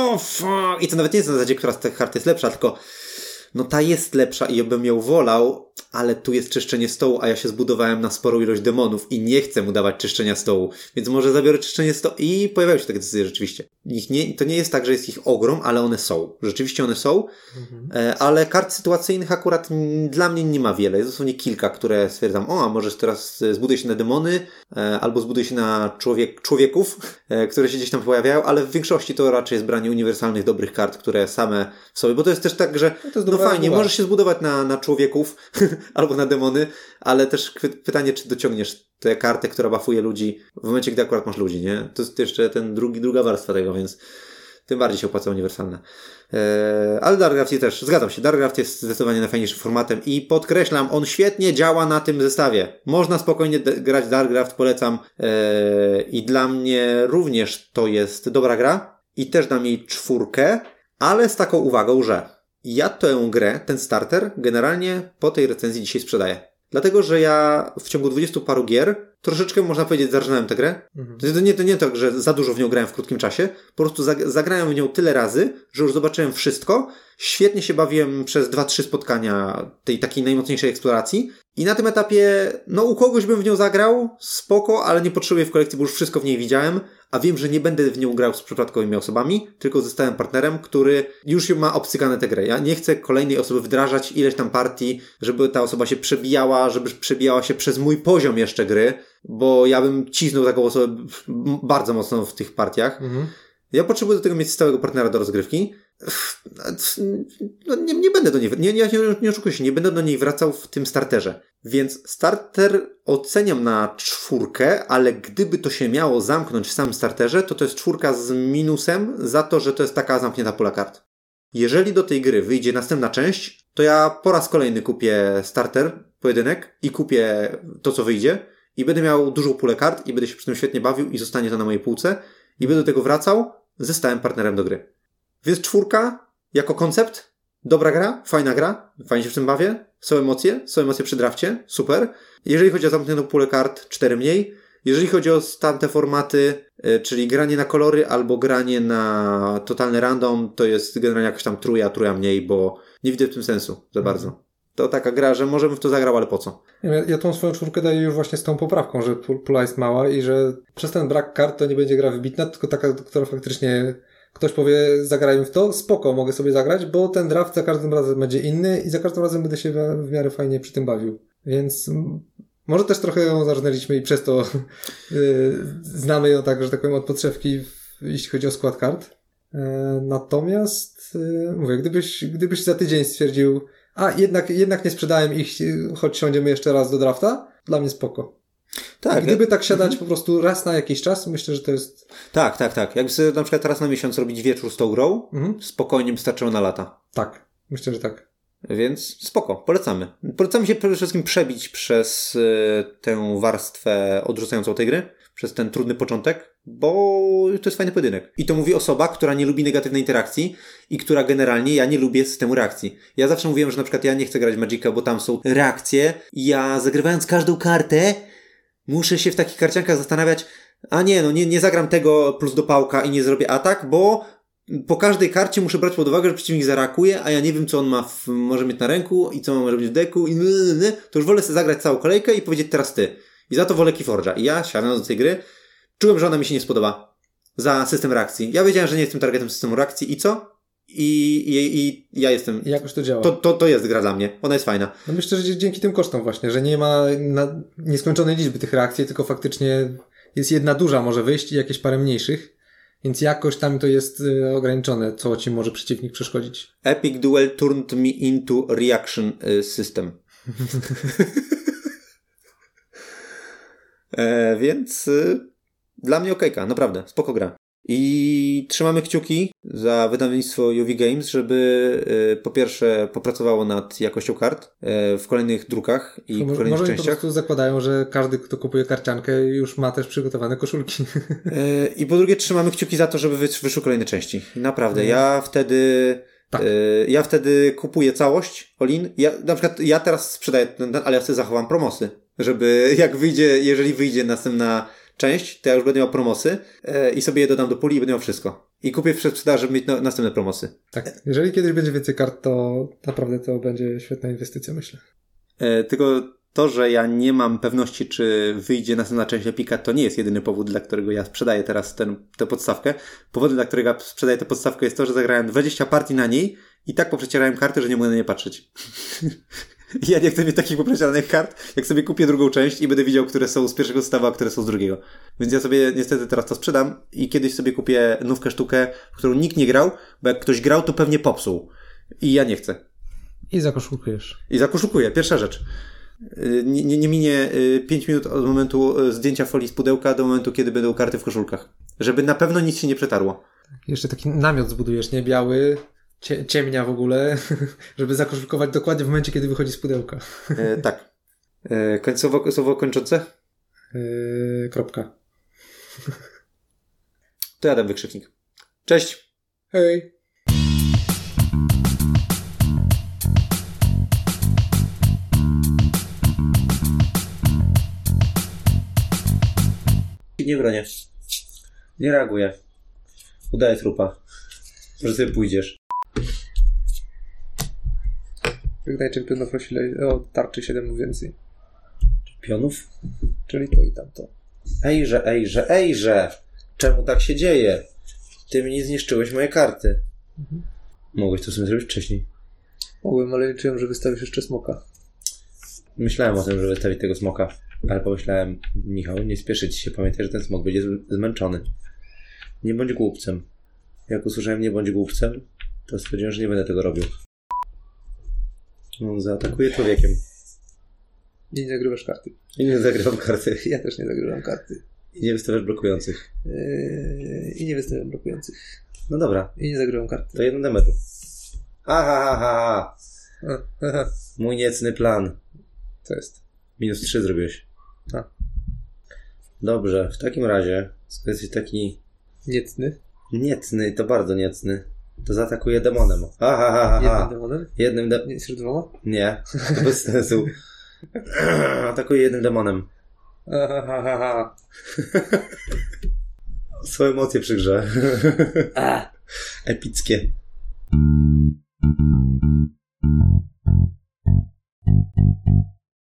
i to nawet nie jest na zasadzie, która z tych kart jest lepsza, tylko no ta jest lepsza i ja bym ją wolał, ale tu jest czyszczenie stołu, a ja się zbudowałem na sporą ilość demonów i nie chcę mu dawać czyszczenia stołu, więc może zabiorę czyszczenie stołu i pojawiają się takie decyzje rzeczywiście. To nie jest tak, że jest ich ogrom, ale one są. Rzeczywiście one są, ale kart sytuacyjnych akurat dla mnie nie ma wiele. Jest dosłownie kilka, które stwierdzam, a może teraz zbuduję się na demony, albo zbuduję się na człowieków, które się gdzieś tam pojawiają, ale w większości to raczej jest branie uniwersalnych, dobrych kart, które same w sobie, bo to jest też tak, że no fajnie, możesz się zbudować na człowieków, albo na demony, ale też pytanie, czy dociągniesz tę kartę, która buffuje ludzi w momencie, gdy akurat masz ludzi, nie? To jest jeszcze druga warstwa tego, więc tym bardziej się opłaca uniwersalne. Ale Dark Draft też, zgadzam się, Dark Draft jest zdecydowanie najfajniejszym formatem i podkreślam, on świetnie działa na tym zestawie. Można spokojnie grać Dark Draft, polecam i dla mnie również to jest dobra gra i też dam jej 4, ale z taką uwagą, że ja tę grę, ten starter, generalnie po tej recenzji dzisiaj sprzedaję. Dlatego, że ja w ciągu 20 paru gier troszeczkę, można powiedzieć, zarżnąłem tę grę. To nie tak, że za dużo w nią grałem w krótkim czasie. Po prostu zagrałem w nią tyle razy, że już zobaczyłem wszystko. Świetnie się bawiłem przez 2-3 spotkania tej takiej najmocniejszej eksploracji. I na tym etapie, u kogoś bym w nią zagrał, spoko, ale nie potrzebuję w kolekcji, bo już wszystko w niej widziałem. A wiem, że nie będę w nią grał z przypadkowymi osobami, tylko ze stałym partnerem, który już ma obcykane tę grę. Ja nie chcę kolejnej osoby wdrażać ileś tam partii, żeby ta osoba się przebijała, żeby przebijała się przez mój poziom jeszcze gry, bo ja bym cisnął taką osobę bardzo mocno w tych partiach. Ja potrzebuję do tego mieć stałego partnera do rozgrywki. Nie będę do niej, nie oszukuję się, nie będę do niej wracał w tym starterze. Więc starter oceniam na 4, ale gdyby to się miało zamknąć w samym starterze, to jest 4 z minusem za to, że to jest taka zamknięta pula kart. Jeżeli do tej gry wyjdzie następna część, to ja po raz kolejny kupię starter, pojedynek i kupię to, co wyjdzie i będę miał dużą pulę kart i będę się przy tym świetnie bawił i zostanie to na mojej półce i będę do tego wracał ze stałym partnerem do gry. Więc 4 jako koncept, dobra gra, fajna gra, fajnie się w tym bawię, są emocje przy drafcie, super. Jeżeli chodzi o zamkniętą pulę kart, 4 mniej. Jeżeli chodzi o tamte formaty, czyli granie na kolory albo granie na totalny random, to jest generalnie jakaś tam truja mniej, bo nie widzę w tym sensu za bardzo. To taka gra, że może bym w to zagrał, ale po co? Ja tą swoją 4 daję już właśnie z tą poprawką, że pula jest mała i że przez ten brak kart to nie będzie gra wybitna, tylko taka, która faktycznie ktoś powie, zagrajmy w to, spoko, mogę sobie zagrać, bo ten draft za każdym razem będzie inny i za każdym razem będę się w miarę fajnie przy tym bawił. Więc może też trochę ją zarżnęliśmy i przez to znamy ją tak, że tak powiem, od podszewki, jeśli chodzi o skład kart. Natomiast mówię, gdybyś za tydzień stwierdził, jednak nie sprzedałem ich, choć siądziemy jeszcze raz do drafta, dla mnie spoko. Tak, gdyby tak siadać po prostu raz na jakiś czas, myślę, że to jest... Tak. Jakby sobie na przykład raz na miesiąc robić wieczór z tą grą, spokojnie by starczyło na lata. Tak, myślę, że tak. Więc spoko, polecamy. Polecamy się przede wszystkim przebić przez tę warstwę odrzucającą tej gry, przez ten trudny początek, bo to jest fajny pojedynek. I to mówi osoba, która nie lubi negatywnej interakcji i która generalnie, ja nie lubię systemu reakcji. Ja zawsze mówiłem, że na przykład ja nie chcę grać w Magica, bo tam są reakcje i ja zagrywając każdą kartę muszę się w takich karciankach zastanawiać, a nie zagram tego plus do pałka i nie zrobię atak, bo po każdej karcie muszę brać pod uwagę, że przeciwnik zareaguje, a ja nie wiem, co on może mieć na ręku i co może robić w deku i to już wolę sobie zagrać całą kolejkę i powiedzieć teraz ty. I za to wolę Keyforge'a. I ja, siadając do tej gry, czułem, że ona mi się nie spodoba. Za system reakcji. Ja wiedziałem, że nie jestem targetem systemu reakcji i co? I ja jestem... I jakoś to działa. To jest gra dla mnie. Ona jest fajna. No myślę, że dzięki tym kosztom właśnie, że nie ma nieskończonej liczby tych reakcji, tylko faktycznie jest jedna duża może wyjść i jakieś parę mniejszych. Więc jakoś tam to jest ograniczone, co ci może przeciwnik przeszkodzić. Epic Duel turned me into reaction system. Więc dla mnie okejka, naprawdę, spoko gra. I trzymamy kciuki za wydawnictwo UV Games, żeby po pierwsze popracowało nad jakością kart w kolejnych drukach i w kolejnych może częściach. Może po prostu zakładają, że każdy, kto kupuje karciankę, już ma też przygotowane koszulki. I po drugie trzymamy kciuki za to, żeby wyszły kolejne części. Naprawdę, ja wtedy kupuję całość all-in. Na przykład ja teraz sprzedaję, ale ja sobie zachowam promosy, żeby jeżeli wyjdzie następna część, to ja już będę miał promosy i sobie je dodam do puli i będę miał wszystko. I kupię w sprzedaży, żeby mieć następne promosy. Tak, jeżeli kiedyś będzie więcej kart, to naprawdę to będzie świetna inwestycja, myślę. Tylko to, że ja nie mam pewności, czy wyjdzie następna część Epica, to nie jest jedyny powód, dla którego ja sprzedaję teraz tę podstawkę. Powodem, dla którego ja sprzedaję tę podstawkę jest to, że zagrałem 20 partii na niej i tak poprzecierałem karty, że nie mogę na nie patrzeć. Ja nie chcę mieć takich poprzecieranych kart, jak sobie kupię drugą część i będę widział, które są z pierwszego zestawu, a które są z drugiego. Więc ja sobie niestety teraz to sprzedam i kiedyś sobie kupię nówkę sztukę, w którą nikt nie grał, bo jak ktoś grał, to pewnie popsuł. I ja nie chcę. I zakoszulkujesz. I zakoszukuję, pierwsza rzecz. Nie minie 5 minut od momentu zdjęcia folii z pudełka do momentu, kiedy będą karty w koszulkach. Żeby na pewno nic się nie przetarło. Jeszcze taki namiot zbudujesz, nie? Biały, ciemnia w ogóle, żeby zakoszulkować dokładnie w momencie, kiedy wychodzi z pudełka. Tak. Słowo kończące? Kropka. To ja dam wykrzyknik. Cześć! Hej! Nie bronię. Nie reaguję. Udaję trupa. Może sobie pójdziesz. Wygnaj czempionów o tarczy 7 lub więcej. Czempionów? Czyli to i tamto. Ejże! Czemu tak się dzieje? Ty mi zniszczyłeś moje karty. Mogłeś to sobie zrobić wcześniej. Mogłem, ale liczyłem, że wystawisz jeszcze smoka. Myślałem o tym, żeby wystawić tego smoka. Ale pomyślałem, Michał, nie spieszy ci się. Pamiętaj, że ten smok będzie zmęczony. Nie bądź głupcem. Jak usłyszałem nie bądź głupcem, to stwierdziłem, że nie będę tego robił. On zaatakuje człowiekiem. I nie zagrywasz karty. I nie zagrywam karty. Ja też nie zagrywam karty. I nie wystawiasz blokujących. I nie wystawiam blokujących. No dobra. I nie zagrywam karty. To 1 damage'u. Aha. Mój niecny plan. Co jest? -3 zrobiłeś. Dobrze, w takim razie, skoro jesteś taki... Niecny? Niecny, to bardzo niecny. To zaatakuje demonem. Jednym demonem? Nie jesteś 2? Nie, to bez sensu. Atakuje 1 demonem. Są emocje przy grze. Epickie.